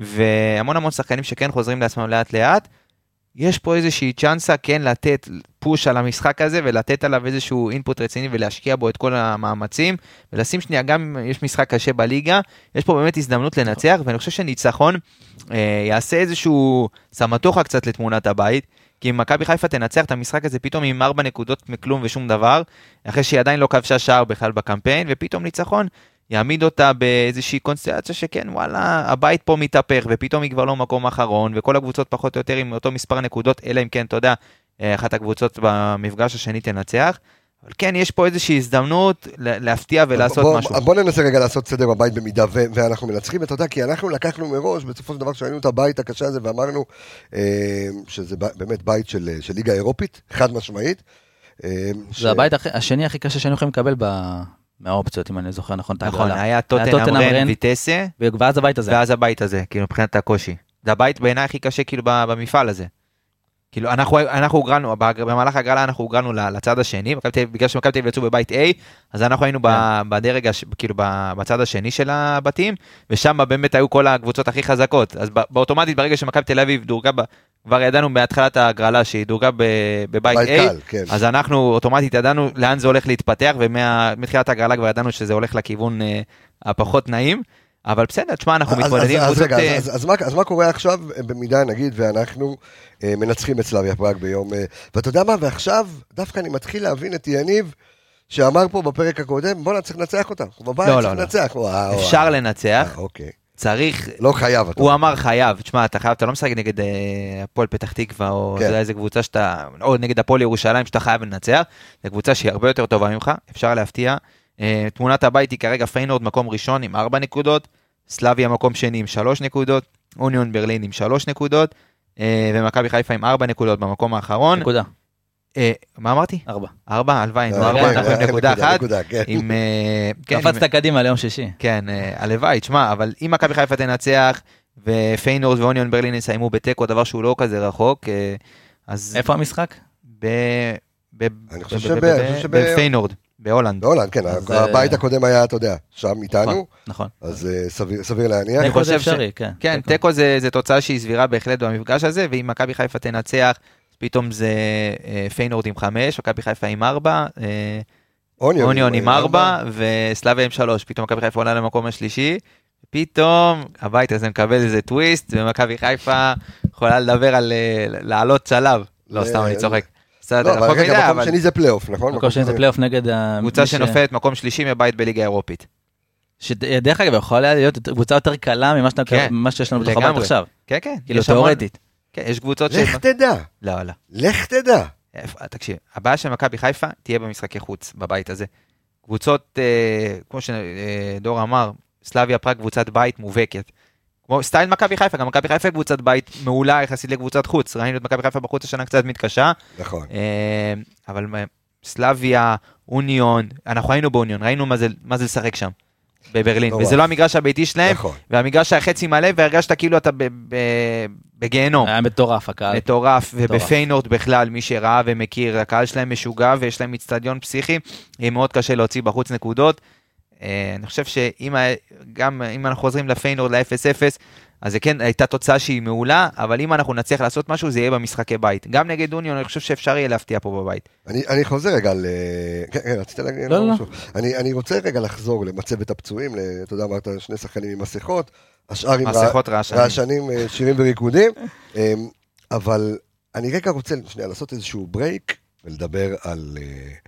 [SPEAKER 2] והמון המון שחקנים שכן חוזרים לעצמם לאט לאט, יש פה איזושהי צ'אנסה כן לתת פוש על המשחק הזה, ולתת עליו איזשהו אינפוט רציני, ולהשקיע בו את כל המאמצים, ולשים שנייה, גם אם יש משחק קשה בליגה, יש פה באמת הזדמנות לנצח, ואני חושב שניצחון אה, יעשה איזשהו סמטוחה קצת לתמונת הבית, כי אם מכבי חיפה תנצח את המשחק הזה פתאום עם ארבע נקודות מכלום ושום דבר, אחרי שהיא עדיין לא כבשה שער בכלל בקמפיין, ופתאום ניצחון יעמיד אותה באיזושהי קונסטלציה שכן, וואלה, הבית פה מתהפך, ופתאום היא כבר לא מקום אחרון, וכל הקבוצות פחות או יותר עם אותו מספר נקודות, אלא אם כן, אתה יודע, אחת הקבוצות במפגש השני תנצח, אבל כן, יש פה איזושהי הזדמנות להפתיע ולעשות
[SPEAKER 1] בוא,
[SPEAKER 2] משהו.
[SPEAKER 1] בוא ננסה רגע לעשות סדר בבית במידה ו- ואנחנו מנצחים, אתה יודע, כי אנחנו לקחנו מראש, בסופו של דבר שראינו את הבית הקשה הזה, ואמרנו אה, שזה באמת בית של, של ליגה אירופית, חד משמעית. אה,
[SPEAKER 3] זה ש... הבית הכי, השני הכי קשה שהיינו יכולים לקבל ב... מהאופציות, אם אני זוכר נכון,
[SPEAKER 2] נכון, היה טוטנהאם רן ויטסה,
[SPEAKER 3] ואז הבית הזה.
[SPEAKER 2] ואז הבית הזה, כאילו, מבחינת הקושי. זה הבית בעיניי הכי קשה, כאילו, במפעל הזה. כאילו, אנחנו, אנחנו הוגרנו, במהלך הגרלה אנחנו הוגרנו לצד השני, בגלל שמכבי תל אביב יצאו בבית A, אז אנחנו היינו בדרג, כאילו, בצד השני של הבתים, ושם באמת היו כל הקבוצות הכי חזקות. אז באוטומטית, ברגע שמכבי תל אביב דורגה, כבר ידענו בהתחלת הגרלה שהיא דורגה בבית A, אז אנחנו אוטומטית ידענו לאן זה הולך להתפתח, ומתחילת הגרלה כבר ידענו שזה הולך לכיוון הפחות נעים. אבל בסדר, תשמע, אנחנו מתמודדים.
[SPEAKER 1] אז רגע, אז מה קורה עכשיו במידה, נגיד, ואנחנו מנצחים את סלאביה פראג ביום, ואתה יודע מה, ועכשיו דווקא אני מתחיל להבין את יניב, שאמר פה בפרק הקודם, בוא נצליח לנצח אותם.
[SPEAKER 2] לא, לא, לא. אפשר לנצח.
[SPEAKER 1] אוקיי.
[SPEAKER 2] צריך...
[SPEAKER 1] לא חייב.
[SPEAKER 2] הוא אמר חייב. תשמע, אתה חייב, אתה לא משחק נגד הפועל פתח תקווה, או איזה קבוצה שאתה, או נגד הפועל ירושלים, שאתה חייב לנצח. זו קבוצה שהיא הרבה יותר טובה ממך, אפשר להפתיע. תמונת הבית היא כרגע פיינורד מקום ראשון עם ארבע נקודות, סלאביה מקום שני עם שלוש נקודות, אוניון ברלין עם שלוש נקודות, ומכבי חיפה עם ארבע נקודות במקום האחרון.
[SPEAKER 3] נקודה.
[SPEAKER 2] מה אמרתי?
[SPEAKER 3] ארבע.
[SPEAKER 2] ארבע, הלוואי, ארבע, נקודה אחת. עם...
[SPEAKER 3] קפצת קדימה ליום שישי.
[SPEAKER 2] כן, הלוואי, תשמע, אבל אם מכבי חיפה תנצח, ופיינורד ואוניון ברלין יסיימו בתיקו, דבר שהוא לא כזה רחוק, אז...
[SPEAKER 3] איפה המשחק?
[SPEAKER 1] אני חושב
[SPEAKER 2] בפיינורד. בהולנד.
[SPEAKER 1] בהולנד, כן, הבית הקודם היה, אתה יודע, שם איתנו,
[SPEAKER 3] נכון.
[SPEAKER 1] אז סביר להניח.
[SPEAKER 3] תיקו זה אפשרי, כן.
[SPEAKER 2] כן, תיקו זה תוצאה שהיא סבירה בהחלט במפגש הזה, ואם מכבי חיפה תנצח, פתאום זה פיינורד עם חמש, מכבי חיפה עם ארבע, אוניון עם ארבע, וסלאביה עם שלוש, פתאום מכבי חיפה עולה למקום השלישי, פתאום הבית הזה מקבל איזה טוויסט, ומכבי חיפה יכולה לדבר על לעלות שלב. לא, סתם אני צוחק.
[SPEAKER 1] לא, אבל רגע, מקום שני זה פלייאוף, נכון?
[SPEAKER 3] מקום שני זה פלייאוף נגד...
[SPEAKER 2] קבוצה שנופלת מקום שלישי מבית בליגה האירופית.
[SPEAKER 3] שדרך אגב, יכולה להיות קבוצה יותר קלה ממה שיש לנו בתוך הבית עכשיו.
[SPEAKER 2] כן, כן.
[SPEAKER 3] כאילו תיאורטית.
[SPEAKER 2] כן, יש קבוצות ש...
[SPEAKER 1] לך תדע.
[SPEAKER 2] לא, לא.
[SPEAKER 1] לך תדע.
[SPEAKER 2] תקשיב, הבעיה של מכבי חיפה תהיה במשחקי חוץ בבית הזה. קבוצות, כמו שדור אמר, סלאביה פראג קבוצת בית מובהקת. כמו סטייל מכבי חיפה, גם מכבי חיפה קבוצת בית מעולה יחסית לקבוצת חוץ, ראינו את מכבי חיפה בחוץ השנה קצת מתקשה,
[SPEAKER 1] נכון.
[SPEAKER 2] אבל סלאביה, אוניון, אנחנו היינו באוניון, ראינו מה זה, מה זה לשחק שם, בברלין, וזה לא המגרש הביתי שלהם, והמגרש החצי מלא, והרגשת כאילו אתה בגיהנום.
[SPEAKER 3] היה מטורף הקהל.
[SPEAKER 2] מטורף, ובפיינורד בכלל, מי שראה ומכיר, הקהל שלהם משוגע, ויש להם מצטדיון פסיכי, יהיה מאוד קשה להוציא בחוץ נקודות, אני חושב שאם גם אם אנחנו חוזרים לפיינורד ל-אפס אפס, אז זה כן הייתה תוצאה שהיא מעולה, אבל אם אנחנו נצליח לעשות משהו, זה יהיה במשחקי בית. גם נגד אוניון, אני חושב שאפשר יהיה להפתיע פה בבית.
[SPEAKER 1] אני חוזר רגע ל... כן, רציתי להגיד משהו. אני רוצה רגע לחזור למצבת הפצועים, אתה יודע, אמרת שני שחקנים עם מסכות, השאר עם רעשנים, שירים וריקודים, אבל אני רגע רוצה לעשות איזשהו ברייק, ולדבר על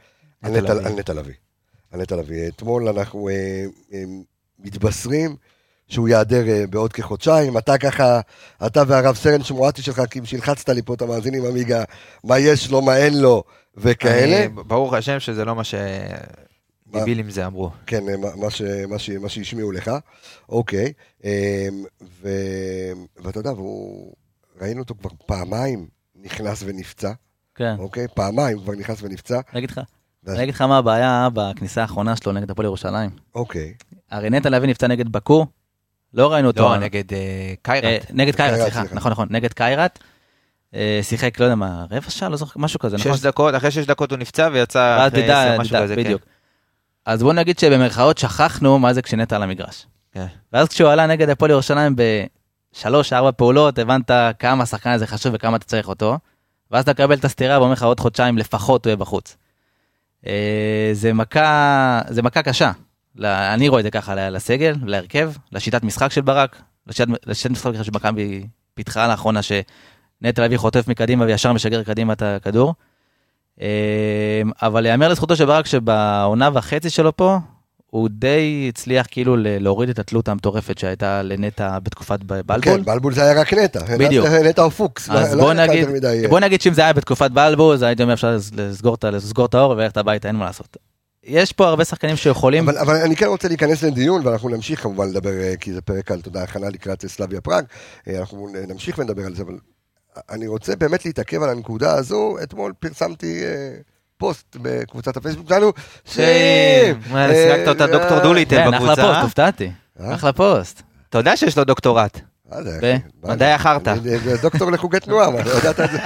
[SPEAKER 1] נטע לביא. על נטע לביא. אתמול אנחנו אה, אה, מתבשרים שהוא יעדר אה, בעוד כחודשיים, אתה ככה, אתה והרב סרן שמועתי שלך, כי שילחצת לי פה את המאזינים, אמיגה, מה יש לו, מה אין לו, וכאלה. אני,
[SPEAKER 2] ברוך השם שזה לא מה שביבילים זה אמרו.
[SPEAKER 1] כן, מה, מה, ש, מה, ש, מה שהשמיעו לך, אוקיי, אה, ו, ואתה יודע, והוא, ראינו אותו כבר פעמיים נכנס ונפצע,
[SPEAKER 3] כן.
[SPEAKER 1] אוקיי, פעמיים כבר נכנס ונפצע.
[SPEAKER 3] אני אגיד לך. אני אגיד לך מה הבעיה בכניסה האחרונה שלו נגד הפועל ירושלים.
[SPEAKER 1] אוקיי.
[SPEAKER 3] הרי נטע לביא נפצע נגד בקו, לא ראינו אותו.
[SPEAKER 2] לא, נגד קיירת.
[SPEAKER 3] נגד קיירת, סליחה, נכון, נכון, נגד קיירת. שיחק, לא יודע מה, רבע שעה, לא זוכר, משהו כזה,
[SPEAKER 2] נכון? שש דקות, אחרי שש דקות הוא נפצע ויצא אחרי עשר, משהו כזה,
[SPEAKER 3] בדיוק. אז בואו נגיד שבמרכאות שכחנו מה זה כשנטע על המגרש. ואז כשהוא עלה נגד הפועל ירושלים בשלוש, ארבע פעולות, הבנת כמה השחקן הזה חשוב וכמה אתה צריך אותו, ואז אתה מקבל את הסתירה ואומר לך עוד חודשיים לפחות הוא יהיה בחוץ. זה מכה, זה מכה קשה. אני רואה את זה ככה לסגל, להרכב, לשיטת משחק של ברק, לשיטת משחק של מכבי פיתחה לאחרונה שנטע תל אביב חוטף מקדימה וישר משגר קדימה את הכדור. אבל יאמר לזכותו של ברק שבעונה וחצי שלו פה, הוא די הצליח כאילו להוריד את התלות המטורפת שהייתה לנטע בתקופת בלבול.
[SPEAKER 1] כן, בלבול זה היה רק נטע.
[SPEAKER 3] בדיוק.
[SPEAKER 1] נטע או פוקס.
[SPEAKER 3] אז בוא נגיד, בוא נגיד שאם זה היה בתקופת בלבול, אז הייתי אומר אפשר לסגור את האור וללכת הביתה, אין מה לעשות. יש פה הרבה שחקנים שיכולים...
[SPEAKER 1] אבל, אבל אני כן רוצה להיכנס לדיון, ואנחנו נמשיך כמובן לדבר, כי זה פרק על, תודה, הכנה לקראת סלאביה פראג, אנחנו נמשיך ונדבר על זה, אבל אני רוצה באמת להתעכב על הנקודה הזו. אתמול פרסמתי פוסט בקבוצת הפייסבוק שלנו,
[SPEAKER 2] שיחקת אותה דוקטור דוליטל בקבוצה.
[SPEAKER 3] אחלה פוסט, הופתעתי. אחלה פוסט.
[SPEAKER 2] אתה יודע שיש לו דוקטורט. מדעי אחרת.
[SPEAKER 1] דוקטור לחוגי תנועה, מה, יודעת את זה.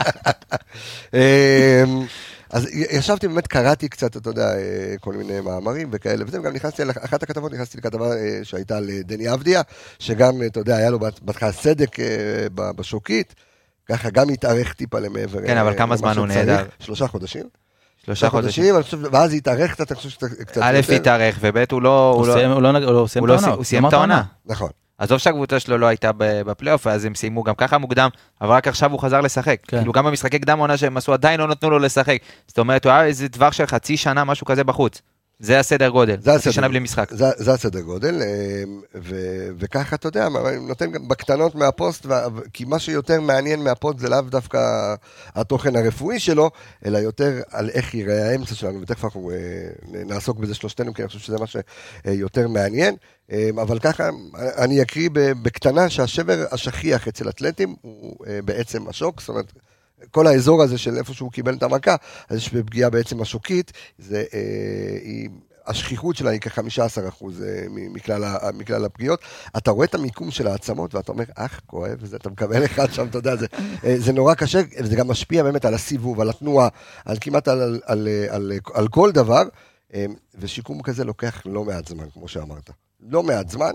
[SPEAKER 1] אז ישבתי, באמת קראתי קצת, אתה יודע, כל מיני מאמרים וכאלה, וזה גם נכנסתי, אחת הכתבות נכנסתי לכתבה שהייתה לדני אבדיה, שגם, אתה יודע, היה לו בהתחלה סדק בשוקית, ככה גם התארך טיפה למעבר.
[SPEAKER 2] כן, אבל כמה זמן הוא נהדר?
[SPEAKER 1] שלושה חודשים.
[SPEAKER 2] שלושה חודשים,
[SPEAKER 1] ואז התארך קצת, אני חושב שאתה קצת...
[SPEAKER 2] א' התארך, וב' הוא לא... הוא סיים את העונה.
[SPEAKER 1] נכון.
[SPEAKER 2] עזוב שהקבוצה שלו לא הייתה בפלייאוף, אז הם סיימו גם ככה מוקדם, אבל רק עכשיו הוא חזר לשחק. כאילו גם במשחקי קדם עונה שהם עשו, עדיין לא נתנו לו לשחק. זאת אומרת, הוא היה איזה דבר של חצי שנה, משהו כזה בחוץ. זה הסדר גודל. חצי שנה בלי משחק.
[SPEAKER 1] זה הסדר גודל, וככה, אתה יודע, נותן בקטנות מהפוסט, כי מה שיותר מעניין מהפוסט זה לאו דווקא התוכן הרפואי שלו, אלא יותר על איך ייראה האמצע שלנו, ותכף אנחנו נעסוק בזה שלושתנו, כי אני חושב שזה מה שיותר מעניין. אבל ככה, אני אקריא בקטנה שהשבר השכיח אצל אתלטים הוא בעצם השוק, זאת אומרת, כל האזור הזה של איפה שהוא קיבל את המכה, אז יש בפגיעה בעצם השוקית, זה, היא, השכיחות שלה היא כ-חמישה עשר אחוז מכלל, מכלל הפגיעות. אתה רואה את המיקום של העצמות, ואתה אומר, אך, כואב, וזה, אתה מקבל אחד שם, אתה יודע, זה, זה נורא קשה, וזה גם משפיע באמת על הסיבוב, על התנועה, על כמעט על, על, על, על, על כל דבר, ושיקום כזה לוקח לא מעט זמן, כמו שאמרת. לא מעט זמן,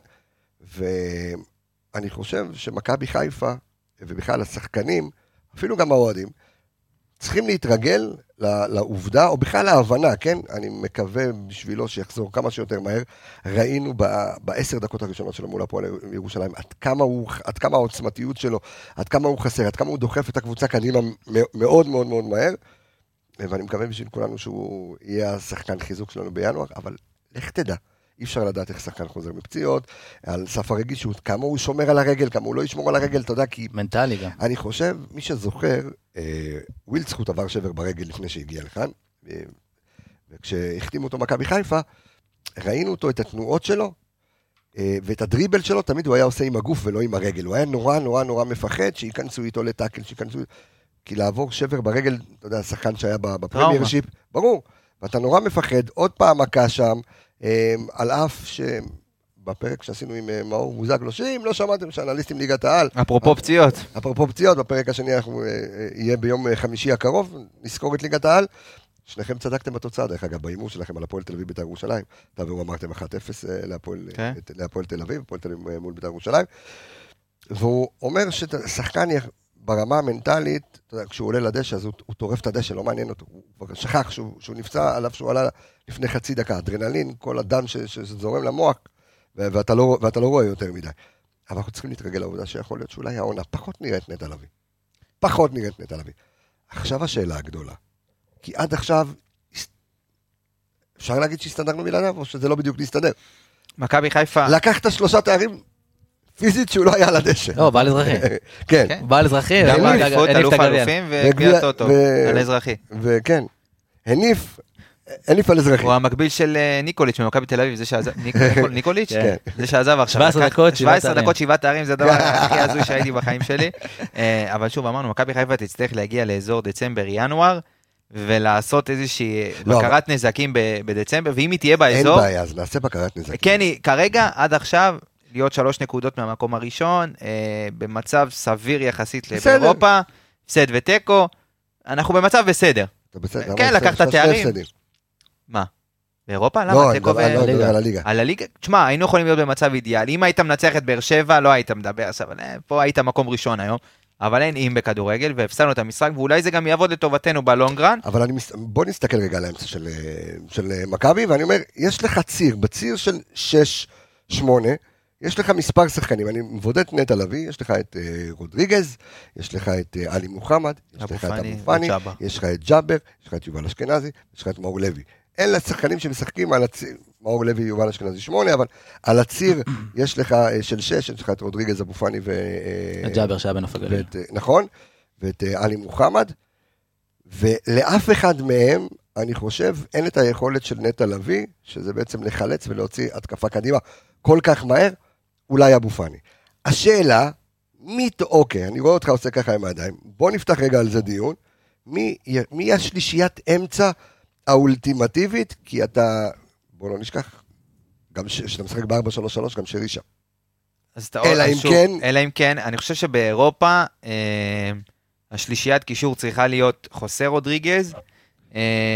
[SPEAKER 1] ואני חושב שמכבי חיפה, ובכלל השחקנים, אפילו גם האוהדים, צריכים להתרגל לעובדה, או בכלל להבנה, כן? אני מקווה בשבילו שיחזור כמה שיותר מהר. ראינו בעשר דקות הראשונות שלו מול הפועל ירושלים, עד כמה הוא, עד כמה העוצמתיות שלו, עד כמה הוא חסר, עד כמה הוא דוחף את הקבוצה קדימה מאוד מאוד מאוד מהר, ואני מקווה בשביל כולנו שהוא יהיה השחקן חיזוק שלנו בינואר, אבל לך תדע. אי אפשר לדעת איך שחקן חוזר מפציעות, על סף הרגישות, כמה הוא שומר על הרגל, כמה הוא לא ישמור על הרגל, אתה יודע, כי...
[SPEAKER 3] מנטלי גם.
[SPEAKER 1] אני חושב, מי שזוכר, אה, ווילדסקוט עבר שבר ברגל לפני שהגיע לכאן, אה, וכשהחתימו אותו מכבי חיפה, ראינו אותו, את התנועות שלו, אה, ואת הדריבל שלו, תמיד הוא היה עושה עם הגוף ולא עם הרגל, הוא היה נורא נורא נורא מפחד, שיכנסו איתו לטאקל, שיכנסו... כי לעבור שבר ברגל, אתה יודע, השחקן שהיה בפרמייר שיפ, ברור, ואתה נורא מפחד, עוד פעם מכה שם, על אף שבפרק שעשינו עם מאור בוזגלו, שאם לא שמעתם שאנליסטים ליגת העל,
[SPEAKER 2] אפרופו פציעות,
[SPEAKER 1] אפרופו פציעות, בפרק השני אנחנו יהיה ביום חמישי הקרוב, נזכור את ליגת העל, שניכם צדקתם בתוצאה, דרך אגב, באימור שלכם על הפועל תל אביב בית"ר ירושלים, תעבירו אמרתם אחת אפס להפועל תל אביב, הפועל תל אביב מול בית"ר ירושלים, והוא אומר ששחקן ברמה המנטלית, כשהוא עולה לדשא, אז הוא, הוא טורף את הדשא, לא מעניין אותו, הוא כבר שכח שהוא, שהוא נפצע, עליו שהוא עלה לפני חצי דקה, אדרנלין, כל הדם ש, ש, שזורם למוח, ו- ואתה, לא, ואתה לא רואה יותר מדי. אבל אנחנו צריכים להתרגל לעובדה שיכול להיות שאולי העונה פחות נראית נטע לביא. פחות נראית נטע לביא. עכשיו השאלה הגדולה, כי עד עכשיו, אפשר להגיד שהסתדרנו בלעדיו, או שזה לא בדיוק להסתדר.
[SPEAKER 2] מכבי חיפה.
[SPEAKER 1] לקחת שלושה תארים, פיזית שהוא לא היה על הדשא.
[SPEAKER 3] לא, בעל אזרחי.
[SPEAKER 1] כן.
[SPEAKER 3] בעל אזרחי.
[SPEAKER 2] גם אליפות, אלוף האלופים וגביע טוטו, על אזרחי.
[SPEAKER 1] וכן, הניף, הניף על אזרחי.
[SPEAKER 2] הוא המקביל של ניקוליץ' ממכבי תל אביב, זה שעזב, ניקוליץ'? זה שעזב עכשיו.
[SPEAKER 3] שבע עשרה דקות,
[SPEAKER 2] שבע עשרה דקות, שבעה תארים, זה הדבר הכי הזוי שהייתי בחיים שלי. אבל שוב, אמרנו, מכבי חיפה תצטרך להגיע לאזור דצמבר-ינואר, ולעשות איזושהי בקרת נזקים בדצמבר, ואם היא תהיה באזור...
[SPEAKER 1] אין בעיה, אז נעשה בקרת נזקים.
[SPEAKER 2] כן, כרגע, עד עכשיו, להיות שלוש נקודות מהמקום הראשון, במצב סביר יחסית באירופה, הפסד וטקו, אנחנו במצב בסדר. כן, לקחת תארים. מה? באירופה? למה?
[SPEAKER 1] לא,
[SPEAKER 2] תקו
[SPEAKER 1] על הליגה.
[SPEAKER 2] על הליגה? תשמע, היינו יכולים להיות במצב אידיאלי. אם היית מנצח את באר שבע, לא היית מדבר עכשיו, פה היית מקום ראשון היום. אבל אין אם בכדורגל, והפסדנו את המשחק, ואולי זה גם יעבוד לטובתנו בלונגרן.
[SPEAKER 1] אבל אני, בוא נסתכל רגע על האמצע של, של מכבי, ואני אומר, יש לך ציר, בציר של שש שמונה, יש לך מספר שחקנים, אני מבודד נטע לביא, יש לך את uh, רודריגז, יש לך את uh, עלי מוחמד, יש לך את אבו פאני, יש לך את ג'אבר, יש לך את יובל אשכנזי, יש לך את מאור לוי. אלה שחקנים שמשחקים על הציר, מאור לוי, יובל אשכנזי שמונה, אבל על הציר יש לך uh, של שש, יש לך את רודריגז, אבו פאני ו...
[SPEAKER 3] את ג'אבר שהיה בנוף הגליל.
[SPEAKER 1] ואת, נכון, ואת uh, עלי מוחמד, ולאף אחד מהם, אני חושב, אין את היכולת של נטע לביא, שזה בעצם לחלץ ולהוציא התקפה קדימה כל כך מהר, אולי אבו פאני. השאלה, מי, אוקיי, אני רואה אותך עושה ככה עם הידיים, בוא נפתח רגע על זה דיון, מי, מי השלישיית אמצע האולטימטיבית, כי אתה, בוא לא נשכח, גם שאתה משחק ב-ארבע שלוש שלוש, גם שרישה.
[SPEAKER 2] אלא אם כן, אלא אם כן, אני חושב שבאירופה, אה, השלישיית קישור צריכה להיות חוסה רודריגז, אה,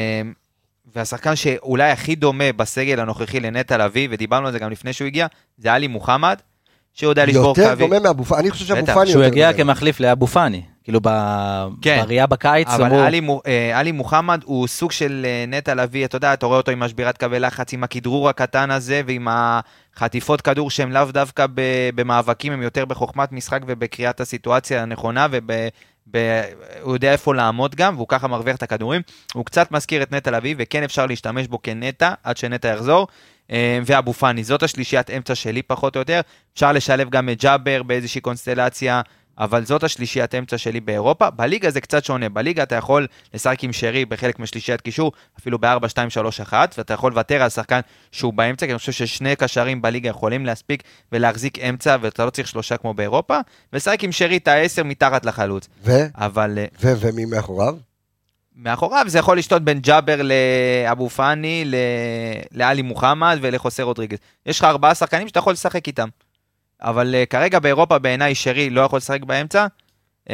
[SPEAKER 2] והשחקן שאולי הכי דומה בסגל הנוכחי לנטע לביא, ודיברנו על זה גם לפני שהוא הגיע, זה עלי מוחמד, שהוא יודע לשבור קווי.
[SPEAKER 1] יותר דומה מאבו פאני, אני חושב שאבו פאני...
[SPEAKER 3] שהוא הגיע כמחליף לאבו פאני, כאילו בראייה בקיץ.
[SPEAKER 2] אבל עלי מוחמד הוא סוג של נטע לביא, אתה יודע, אתה רואה אותו עם משבירת קווי לחץ, עם הכדרור הקטן הזה, ועם החטיפות כדור שהם לאו דווקא במאבקים, הם יותר בחוכמת משחק ובקריאת הסיטואציה הנכונה, וב... ב... הוא יודע איפה לעמוד גם, והוא ככה מרוויח את הכדורים, הוא קצת מזכיר את נטע לביא, וכן אפשר להשתמש בו כנטע, עד שנטע יחזור, ואבו פאני, זאת השלישיית אמצע שלי פחות או יותר, אפשר לשלב גם את ג'אבר באיזושהי קונסטלציה, אבל זאת השלישיית אמצע שלי באירופה, בליגה זה קצת שונה, בליגה אתה יכול לשחק עם שרי בחלק משלישיית קישור, אפילו ב-ארבע שתיים שלוש אחת, ואתה יכול לוותר על שחקן שהוא באמצע, כי אני חושב ששני קשרים בליגה יכולים להספיק ולהחזיק אמצע, ואתה לא צריך שלושה כמו באירופה, ושחק עם שרי את העשר מתחת לחלוץ.
[SPEAKER 1] ו?
[SPEAKER 2] אבל...
[SPEAKER 1] ו? ומי מאחוריו?
[SPEAKER 2] מאחוריו זה יכול לשתות בין ג'אבר לאבו פאני, לעלי מוחמד ולחוסה רודריגז. יש לך ארבעה שחקנים שאתה יכול לשחק איתם. אבל uh, כרגע באירופה בעיניי שרי לא יכול לשחק באמצע, uh,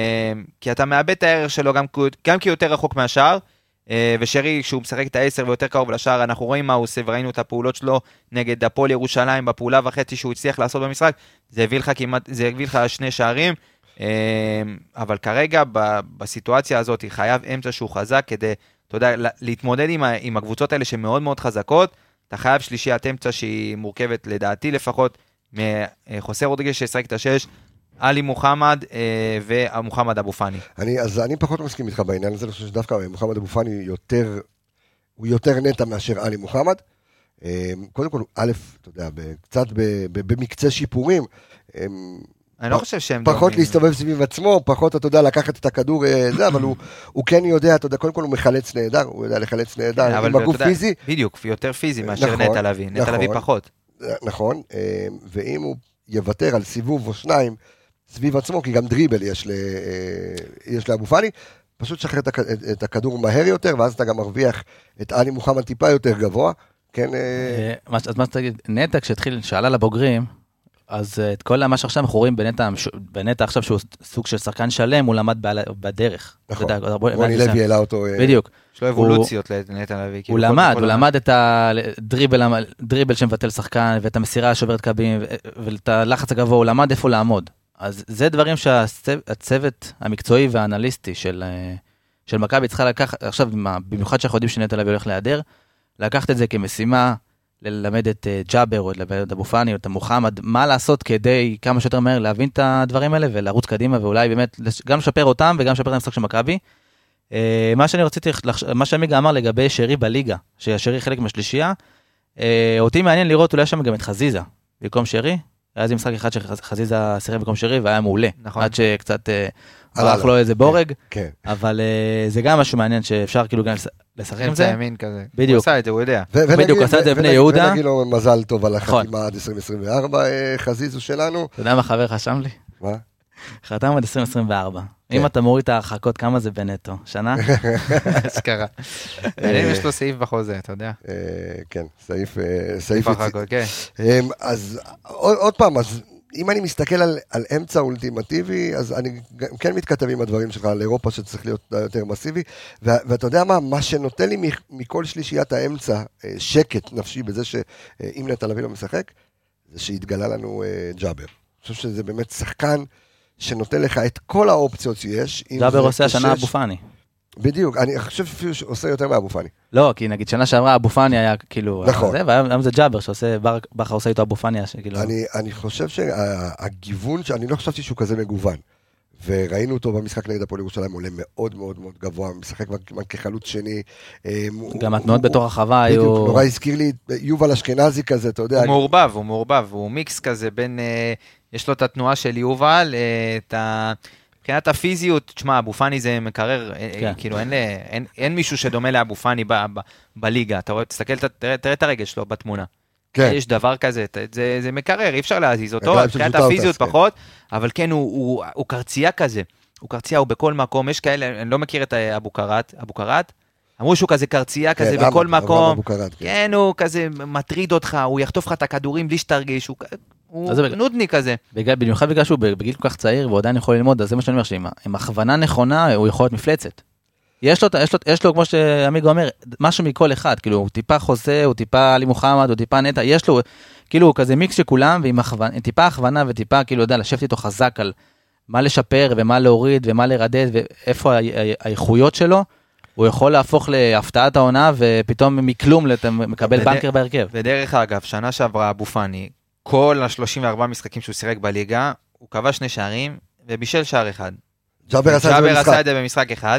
[SPEAKER 2] כי אתה מאבד את הערך שלו גם, גם כי יותר רחוק מהשאר, uh, ושרי שהוא משחק את העשר ויותר קרוב לשאר, אנחנו רואים מה הוא עושה וראינו את הפעולות שלו נגד הפועל ירושלים בפעולה וחצי שהוא הצליח לעשות במשחק, זה הביא לך כמעט, זה הביא לך שני שערים, uh, אבל כרגע ב, בסיטואציה הזאת חייב אמצע שהוא חזק כדי, אתה יודע, להתמודד עם, עם הקבוצות האלה שמאוד מאוד חזקות, אתה חייב שלישיית אמצע שהיא מורכבת לדעתי לפחות, מחוסה רודריגז שישחק את השש, עלי מוחמד ומוחמד אבו פאני.
[SPEAKER 1] אני, אז אני פחות מסכים איתך בעניין הזה, אני חושב שדווקא מוחמד אבו פאני יותר, הוא יותר נטע מאשר עלי מוחמד. קודם כל, א', אתה יודע, קצת במקצה שיפורים,
[SPEAKER 2] אני לא חושב שהם
[SPEAKER 1] פחות להסתובב סביב עצמו, פחות, אתה יודע, לקחת את הכדור, זה, אבל הוא, הוא כן יודע, אתה יודע, קודם כל הוא מחלץ נהדר, הוא יודע לחלץ נהדר, עם הגוף פיזי.
[SPEAKER 2] בדיוק, יותר פיזי מאשר נטע לביא, נטע לביא פחות.
[SPEAKER 1] נכון, ואם הוא יוותר על סיבוב או שניים סביב עצמו, כי גם דריבל יש, ל, יש לאבו פאני, פשוט שחרר את הכדור מהר יותר, ואז אתה גם מרוויח את עלי מוחמד טיפה יותר גבוה, כן?
[SPEAKER 3] אז מה שתגיד, נטע כשהתחיל, שעלה לבוגרים, אז את כל מה שעכשיו אנחנו רואים בנטע, בנטע עכשיו שהוא סוג של שחקן שלם, הוא למד בדרך.
[SPEAKER 1] נכון, רוני לוי העלה אותו.
[SPEAKER 3] בדיוק.
[SPEAKER 2] יש לו אבולוציות לנטע לוי.
[SPEAKER 3] הוא למד, הוא למד את הדריבל שמבטל שחקן, ואת המסירה השוברת קבים, ואת הלחץ הגבוה, הוא למד איפה לעמוד. אז זה דברים שהצוות המקצועי והאנליסטי של מכבי צריכה לקחת, עכשיו במיוחד שאנחנו יודעים שנטע לוי הולך להיעדר, לקחת את זה כמשימה, ללמד את ג'אבר או את אבו פאני או את מוחמד, מה לעשות כדי כמה שיותר מהר להבין את הדברים האלה ולרוץ קדימה ואולי באמת גם לשפר אותם וגם לשפר את המשחק של מכבי. מה שאני רציתי, מה שעמיגה אמר לגבי שרי בליגה, ששרי חלק מהשלישייה, אותי מעניין לראות אולי שם גם את חזיזה במקום שרי, היה זה משחק אחד שחזיזה סירב במקום שרי והיה מעולה, עד שקצת ברח לו איזה בורג, אבל זה גם משהו מעניין שאפשר כאילו גם לשחק עם זה.
[SPEAKER 2] ימין כזה.
[SPEAKER 3] בדיוק.
[SPEAKER 2] הוא עשה את זה, הוא יודע.
[SPEAKER 3] בדיוק, עשה את זה בני יהודה.
[SPEAKER 1] ונגיד לו מזל טוב על החתימה עד עשרים עשרים וארבע, חזיזו שלנו.
[SPEAKER 3] אתה יודע מה חבר חשם לי?
[SPEAKER 1] מה?
[SPEAKER 3] חתם עד עשרים עשרים וארבע. אם אתה מוריד את ההרחקות, כמה זה בנטו? שנה?
[SPEAKER 2] אשכרה. אם יש לו סעיף בחוזה, אתה יודע.
[SPEAKER 1] כן, סעיף... סעיף
[SPEAKER 2] הרחקות, כן.
[SPEAKER 1] אז עוד פעם, אז אם אני מסתכל על, על אמצע אולטימטיבי, אז אני כן מתכתב עם הדברים שלך על אירופה שצריך להיות יותר מסיבי, ו, ואתה יודע מה, מה שנותן לי מכל שלישיית האמצע, שקט נפשי בזה שאם נטע לביא לא משחק, זה שהתגלה לנו ג'אבר. אני חושב שזה באמת שחקן שנותן לך את כל האופציות שיש.
[SPEAKER 3] ג'אבר עושה השנה אבו פאני.
[SPEAKER 1] בדיוק, אני חושב אפילו שעושה יותר מאבו פאני.
[SPEAKER 3] לא, כי נגיד שנה שעברה אבו פאני היה כאילו,
[SPEAKER 1] נכון.
[SPEAKER 3] והיום זה ג'אבר שעושה, בכר עושה איתו אבו פאני.
[SPEAKER 1] אני, אני חושב שהגיוון, אני לא חשבתי שהוא כזה מגוון, וראינו אותו במשחק נגד הפועל ירושלים, עולה מאוד מאוד מאוד גבוה, משחק כמעט כחלוץ שני.
[SPEAKER 3] גם התנועות בתור החווה היו...
[SPEAKER 1] בדיוק, נורא הזכיר לי יובל אשכנזי כזה, אתה יודע.
[SPEAKER 2] הוא מעורבב, הוא מעורבב, הוא מיקס כזה בין, יש לו את התנועה של יובל, את ה... מבחינת הפיזיות, תשמע, אבו פאני זה מקרר, כן. כאילו אין, אין, אין מישהו שדומה לאבו פאני ב, ב, בליגה, אתה רואה, תסתכל, תראה, תראה את הרגש שלו בתמונה. כן. יש דבר כזה, זה, זה מקרר, אי אפשר להזיז אותו, מבחינת הפיזיות אותס, פחות, כן. אבל כן, הוא, הוא, הוא קרצייה כזה, הוא קרצייה, הוא בכל מקום, יש כאלה, אני לא מכיר את אבו קרת, אבו קרת, אמרו שהוא כזה קרצייה כזה כן, בכל אבו, מקום, אבו קרת, כן. כן, הוא כזה מטריד אותך, הוא יחטוף לך את הכדורים בלי שתרגיש, הוא... הוא נודני כזה.
[SPEAKER 3] במיוחד בגלל שהוא בגיל כל כך צעיר, והוא עדיין יכול ללמוד, אז זה מה שאני אומר, שעם הכוונה נכונה, הוא יכול להיות מפלצת. יש לו, יש לו, יש לו, כמו שעמיגו אומר, משהו מכל אחד, כאילו, הוא טיפה חוזה, הוא טיפה עלי מוחמד, הוא טיפה נטע, יש לו, כאילו, כזה מיקס שכולם, ועם הכוונה, טיפה הכוונה, וטיפה, כאילו, יודע, לשבת איתו חזק על מה לשפר, ומה להוריד, ומה לרדד, ואיפה האיכויות שלו, הוא יכול להפוך להפתעת העונה, ופתאום מכלום מקבל בנקר בהרכב.
[SPEAKER 2] ודרך אגב, שנה שעברה אבו פאני, כל ה-שלושים וארבעה משחקים שהוא שיחק בליגה, הוא קבע שני שערים, ובישל שער אחד.
[SPEAKER 1] ג'אבר
[SPEAKER 2] עשה את זה במשחק אחד.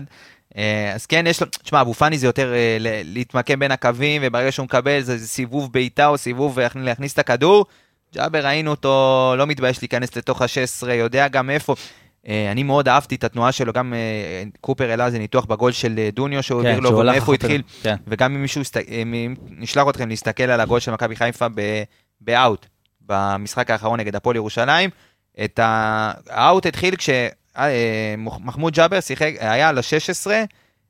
[SPEAKER 2] אז כן, יש לו, תשמע, אבו פאני זה יותר להתמקם בין הקווים, וברגע שהוא מקבל, זה סיבוב ביתה או סיבוב להכניס את הכדור. ג'אבר ראינו אותו, לא מתבייש להיכנס לתוך ה-שש עשרה, יודע גם איפה. אני מאוד אהבתי את התנועה שלו, גם קופר אלה זה ניתוח בגול של דוניו, שהוא העביר לו ומאיפה הוא התחיל. וגם אם מישהו נשלח אתכם להסתכל על הגול של מכבי חיפה באאוט. במשחק האחרון נגד הפועל ירושלים, את האאוט התחיל כשמחמוד ג'אבר שיחק, היה על ה-שש עשרה,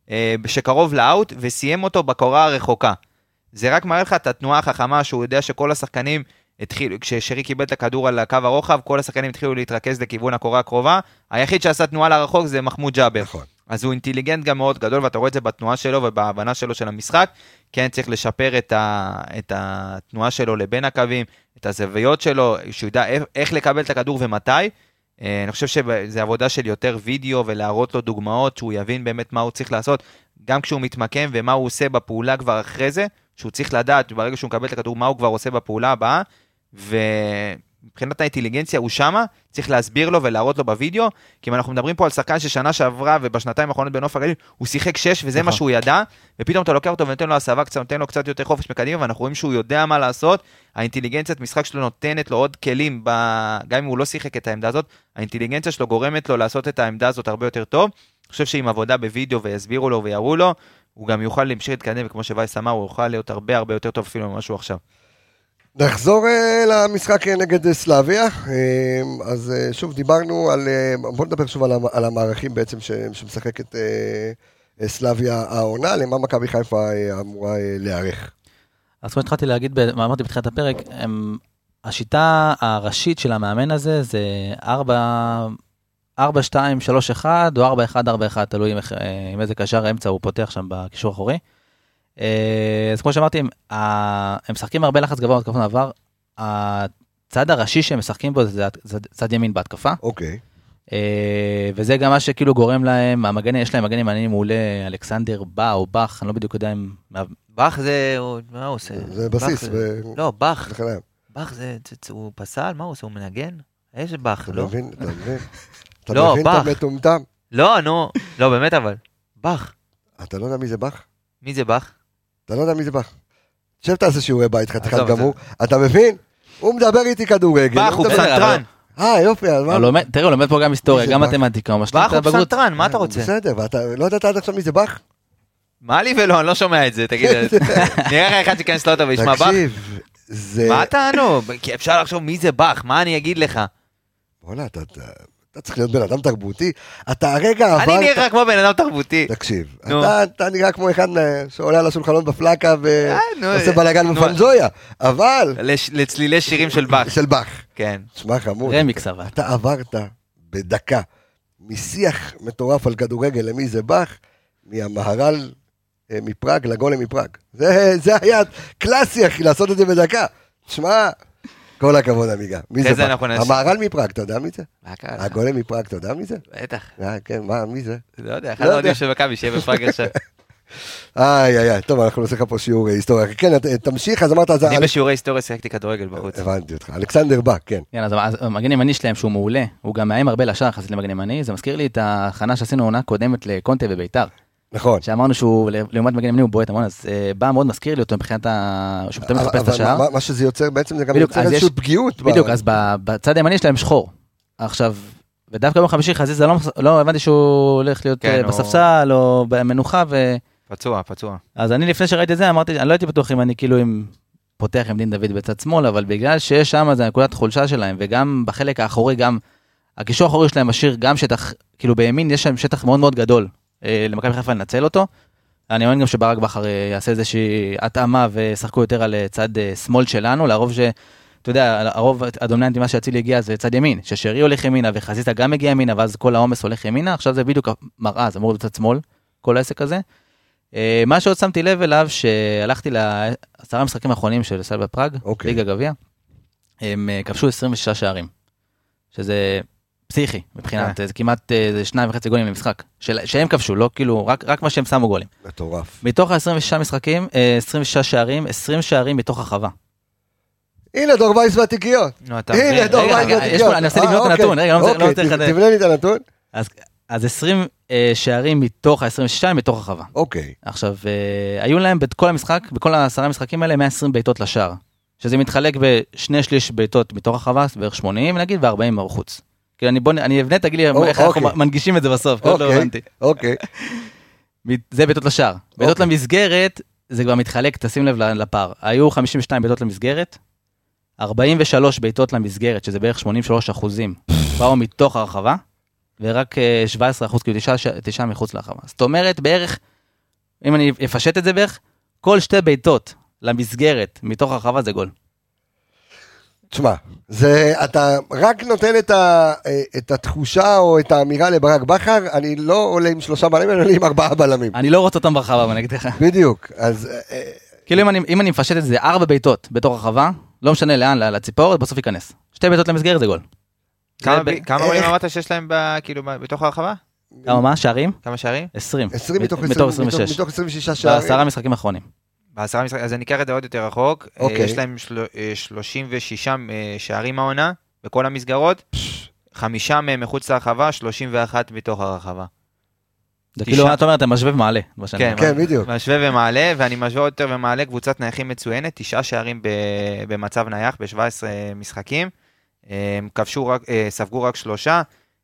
[SPEAKER 2] שקרוב לאאוט, וסיים אותו בקורה הרחוקה. זה רק מראה לך את התנועה החכמה, שהוא יודע שכל השחקנים התחילו, כששרי קיבל את הכדור על הקו הרוחב, כל השחקנים התחילו להתרכז לכיוון הקורה הקרובה, היחיד שעשה תנועה לרחוק זה מחמוד ג'אבר. נכון. אז הוא אינטליגנט גם מאוד גדול, ואתה רואה את זה בתנועה שלו ובהבנה שלו של המשחק, כן צריך לשפר את, ה, את התנועה שלו לבין הקווים, את הזוויות שלו, שהוא יודע איך לקבל את הכדור ומתי. אני חושב שזה עבודה של יותר וידאו, ולהראות לו דוגמאות, שהוא יבין באמת מה הוא צריך לעשות, גם כשהוא מתמקם ומה הוא עושה בפעולה כבר אחרי זה, שהוא צריך לדעת ברגע שהוא מקבל את הכדור, מה הוא כבר עושה בפעולה הבאה, ומבחינת האינטליגנציה הוא שמה, צריך להסביר לו ולהראות לו בווידאו, כי אם אנחנו מדברים פה על שחקן ששנה שעברה, ובשנתיים האחרונות בנוף הגליל, הוא שיחק שש, וזה מה שהוא ידע, ופתאום אתה לוקח אותו ונותן לו הסבה, נותן לו קצת יותר חופש מקדימה, ואנחנו רואים שהוא יודע מה לעשות, האינטליגנציית משחק שלו נותנת לו עוד כלים, גם אם הוא לא שיחק את העמדה הזאת, האינטליגנציה שלו גורמת לו לעשות את העמדה הזאת הרבה יותר טוב. אני חושב שעם עבודה בווידאו ויסבירו לו ויראו לו, הוא גם יוכל להמשיך להתקדם, וכמו שווייס אמר, הוא יוכל להיות הרבה הרבה יותר טוב אפילו ממשהו עכשיו.
[SPEAKER 1] נחזור uh, למשחק נגד סלאביה, uh, אז uh, שוב דיברנו על, uh, בוא נדבר שוב על, על המערכים בעצם ש, שמשחקת uh, סלאביה העונה, למה מכבי חיפה uh, אמורה uh, להיערך.
[SPEAKER 3] אז כמו התחלתי להגיד, מה אמרתי בתחילת הפרק, הם, השיטה הראשית של המאמן הזה זה ארבע שתיים שלוש אחת או ארבע אחת ארבע אחת, תלוי עם, עם איזה קשר האמצע הוא פותח שם בקישור האחורי. אז כמו שאמרתי, הם משחקים הרבה לחץ גבוה בתקפות מעבר, הצד הראשי שהם משחקים בו זה צד ימין בהתקפה.
[SPEAKER 1] אוקיי.
[SPEAKER 3] וזה גם מה שכאילו גורם להם, המגנים, יש להם מגנים מעניינים מעולה, אלכסנדר בא או בח, אני לא בדיוק יודע אם...
[SPEAKER 2] בח זה, מה הוא עושה?
[SPEAKER 1] זה בסיס.
[SPEAKER 2] לא, בח. בח זה, הוא פסל, מה הוא עושה? הוא מנגן? איזה בח, לא?
[SPEAKER 1] אתה מבין, אתה מבין. אתה מבין את המטומטם?
[SPEAKER 2] לא, נו, לא, באמת אבל. בח.
[SPEAKER 1] אתה לא יודע מי זה בח?
[SPEAKER 2] מי זה בח?
[SPEAKER 1] אתה לא יודע מי זה בח. שב תעשה שיעורי בית, חתיכת גמור. אתה מבין? הוא מדבר איתי כדורגל.
[SPEAKER 2] בח הוא פסנתרן.
[SPEAKER 1] אה, יופי.
[SPEAKER 3] תראה, הוא לומד פה גם היסטוריה, גם מתמטיקה.
[SPEAKER 2] בח הוא פסנתרן, מה אתה רוצה?
[SPEAKER 1] בסדר, ואתה לא יודעת עד עכשיו מי זה בח?
[SPEAKER 2] מה לי ולא, אני לא שומע את זה, תגיד. נראה לך אחד שכנס לא טוב וישמע בח.
[SPEAKER 1] תקשיב, זה...
[SPEAKER 2] מה אתה ענו? כי אפשר לחשוב מי זה בח, מה אני אגיד לך?
[SPEAKER 1] בוא'נה, אתה... אתה צריך להיות בן אדם תרבותי, אתה הרגע עברת...
[SPEAKER 2] אני נראה כמו בן אדם תרבותי.
[SPEAKER 1] תקשיב, אתה נראה כמו אחד שעולה על השולחנות בפלקה ועושה בלגן בפנג'ויה, אבל...
[SPEAKER 2] לצלילי שירים של באך.
[SPEAKER 1] של באך.
[SPEAKER 2] כן.
[SPEAKER 1] שמע חמוד.
[SPEAKER 3] רמיקס אבל.
[SPEAKER 1] אתה עברת בדקה משיח מטורף על כדורגל למי זה באך, מהמהר"ל מפראג לגולם מפראג. זה היה קלאסי, אחי, לעשות את זה בדקה. שמע... כל הכבוד עמיגה. מי זה? המהר"ל מפראג, אתה יודע מי זה? הגולם מפראג, אתה יודע מי זה?
[SPEAKER 2] בטח.
[SPEAKER 1] כן, מה, מי זה?
[SPEAKER 2] לא יודע, אחד העודים של מכבי שיהיה בפראג עכשיו.
[SPEAKER 1] איי, איי, איי, טוב, אנחנו נעשה לך פה שיעור היסטוריה. כן, תמשיך, אז אמרת...
[SPEAKER 2] אני בשיעורי היסטוריה שיחקתי כדורגל בחוץ.
[SPEAKER 1] הבנתי אותך. אלכסנדר בא, כן.
[SPEAKER 3] כן, אז המגן ימני שלהם שהוא מעולה, הוא גם מאיים הרבה לשער יחסית למגן ימני, זה מזכיר לי את ההכנה שעשינו עונה קודמת לקונטה וביתר.
[SPEAKER 1] נכון.
[SPEAKER 3] שאמרנו שהוא, לעומת מגן ימני הוא בועט המון, אז בא מאוד מזכיר לי אותו מבחינת ה... שהוא פתאום מחפש את השער.
[SPEAKER 1] אבל מה שזה יוצר בעצם זה גם יוצר איזושהי פגיעות.
[SPEAKER 3] בדיוק, אז בצד הימני שלהם שחור. עכשיו, ודווקא ביום חמישי חזיז, זה לא הבנתי שהוא הולך להיות בספסל או במנוחה ו...
[SPEAKER 2] פצוע, פצוע.
[SPEAKER 3] אז אני לפני שראיתי את זה, אמרתי, אני לא הייתי בטוח אם אני כאילו עם... פותח עם דין דוד בצד שמאל, אבל בגלל שיש שם, זה נקודת חולשה שלהם, וגם בחלק האחורי, גם... הקישור האחורי שלהם משאיר גם שטח, כאילו בימין יש שם שטח מאוד מאוד גדול. למכבי חיפה לנצל אותו. אני מאמין גם שברק בכר יעשה איזושהי התאמה ושחקו יותר על צד שמאל שלנו, לרוב ש... אתה יודע, הרוב הדומיננטי מה שאצילי הגיע זה צד ימין, ששרי הולך ימינה וחזיזה גם מגיע ימינה, ואז כל העומס הולך ימינה, עכשיו זה בדיוק מראה, זה אמור להיות צד שמאל, כל העסק הזה. מה שעוד שמתי לב אליו, שהלכתי לעשרה משחקים האחרונים של סלוויה פראג, ליגה גביע, הם כבשו עשרים ושישה שערים, שזה... פסיכי, מבחינת, זה כמעט שניים וחצי גולים למשחק, שהם כבשו, לא כאילו, רק מה שהם שמו גולים.
[SPEAKER 1] מטורף.
[SPEAKER 3] מתוך ה-עשרים ושישה משחקים, עשרים ושישה שערים, עשרים שערים מתוך החווה.
[SPEAKER 1] הנה, דור וייס והתיקיות. הנה, דור וייס והתיקיות.
[SPEAKER 3] אני עושה לבנות את הנתון, רגע, לא נותן לך...
[SPEAKER 1] תבנה לי את הנתון.
[SPEAKER 3] אז עשרים שערים מתוך ה-עשרים ושישה, מתוך החווה.
[SPEAKER 1] אוקיי.
[SPEAKER 3] עכשיו, היו להם בכל המשחק, בכל העשרה המשחקים האלה, מאה ועשרים בעיטות לשער. שזה מתחלק בשני שליש בעיטות מתוך החווה, בערך שמונים, נגיד, ו-ארבעים בחוץ. כאילו אני, בוא, אני אבנה, תגיד לי איך אנחנו מנגישים את זה בסוף, לא הבנתי.
[SPEAKER 1] אוקיי.
[SPEAKER 3] זה בעיטות לשער. בעיטות למסגרת, זה כבר מתחלק, תשים לב לפער. היו חמישים ושתיים בעיטות למסגרת, ארבעים ושלוש בעיטות למסגרת, שזה בערך שמונים ושלושה אחוזים, באו מתוך הרחבה, ורק שבעה עשר אחוז, כאילו תשעה מחוץ לרחבה. זאת אומרת, בערך, אם אני אפשט את זה בערך, כל שתי בעיטות למסגרת מתוך הרחבה זה גול.
[SPEAKER 1] תשמע, זה, אתה רק נותן את, ה, את התחושה או את האמירה לברק בכר, אני לא עולה עם שלושה בלמים, אני עולה עם ארבעה בלמים.
[SPEAKER 3] אני לא רוצה אותם ברחבה, אבל אני אגיד לך.
[SPEAKER 1] בדיוק, אז...
[SPEAKER 3] כאילו אם אני, אם אני מפשט את זה, ארבע בעיטות בתוך הרחבה, לא משנה לאן, לציפורת, בסוף ייכנס. שתי בעיטות למסגרת זה גול.
[SPEAKER 2] כמה גולים אמרת שיש להם בתוך הרחבה?
[SPEAKER 3] כמה מה? שערים?
[SPEAKER 2] כמה שערים?
[SPEAKER 3] עשרים.
[SPEAKER 1] עשרים מתוך עשרים ושש. מתוך עשרים ושישה שערים.
[SPEAKER 3] בעשרה משחקים האחרונים.
[SPEAKER 2] בעשרה משחקים, אז אני אקח את זה עוד יותר רחוק, יש להם שלושים ושישה שערים העונה, בכל המסגרות, חמישה מהם מחוץ לרחבה, שלושים ואחת מתוך הרחבה.
[SPEAKER 3] זה כאילו, אתה אומר, אתה משווה ומעלה.
[SPEAKER 1] כן, בדיוק.
[SPEAKER 2] משווה ומעלה, ואני משווה יותר ומעלה, קבוצת נייחים מצוינת, תשעה שערים במצב נייח, ב-שבעה עשר משחקים, כבשו רק, ספגו רק שלושה,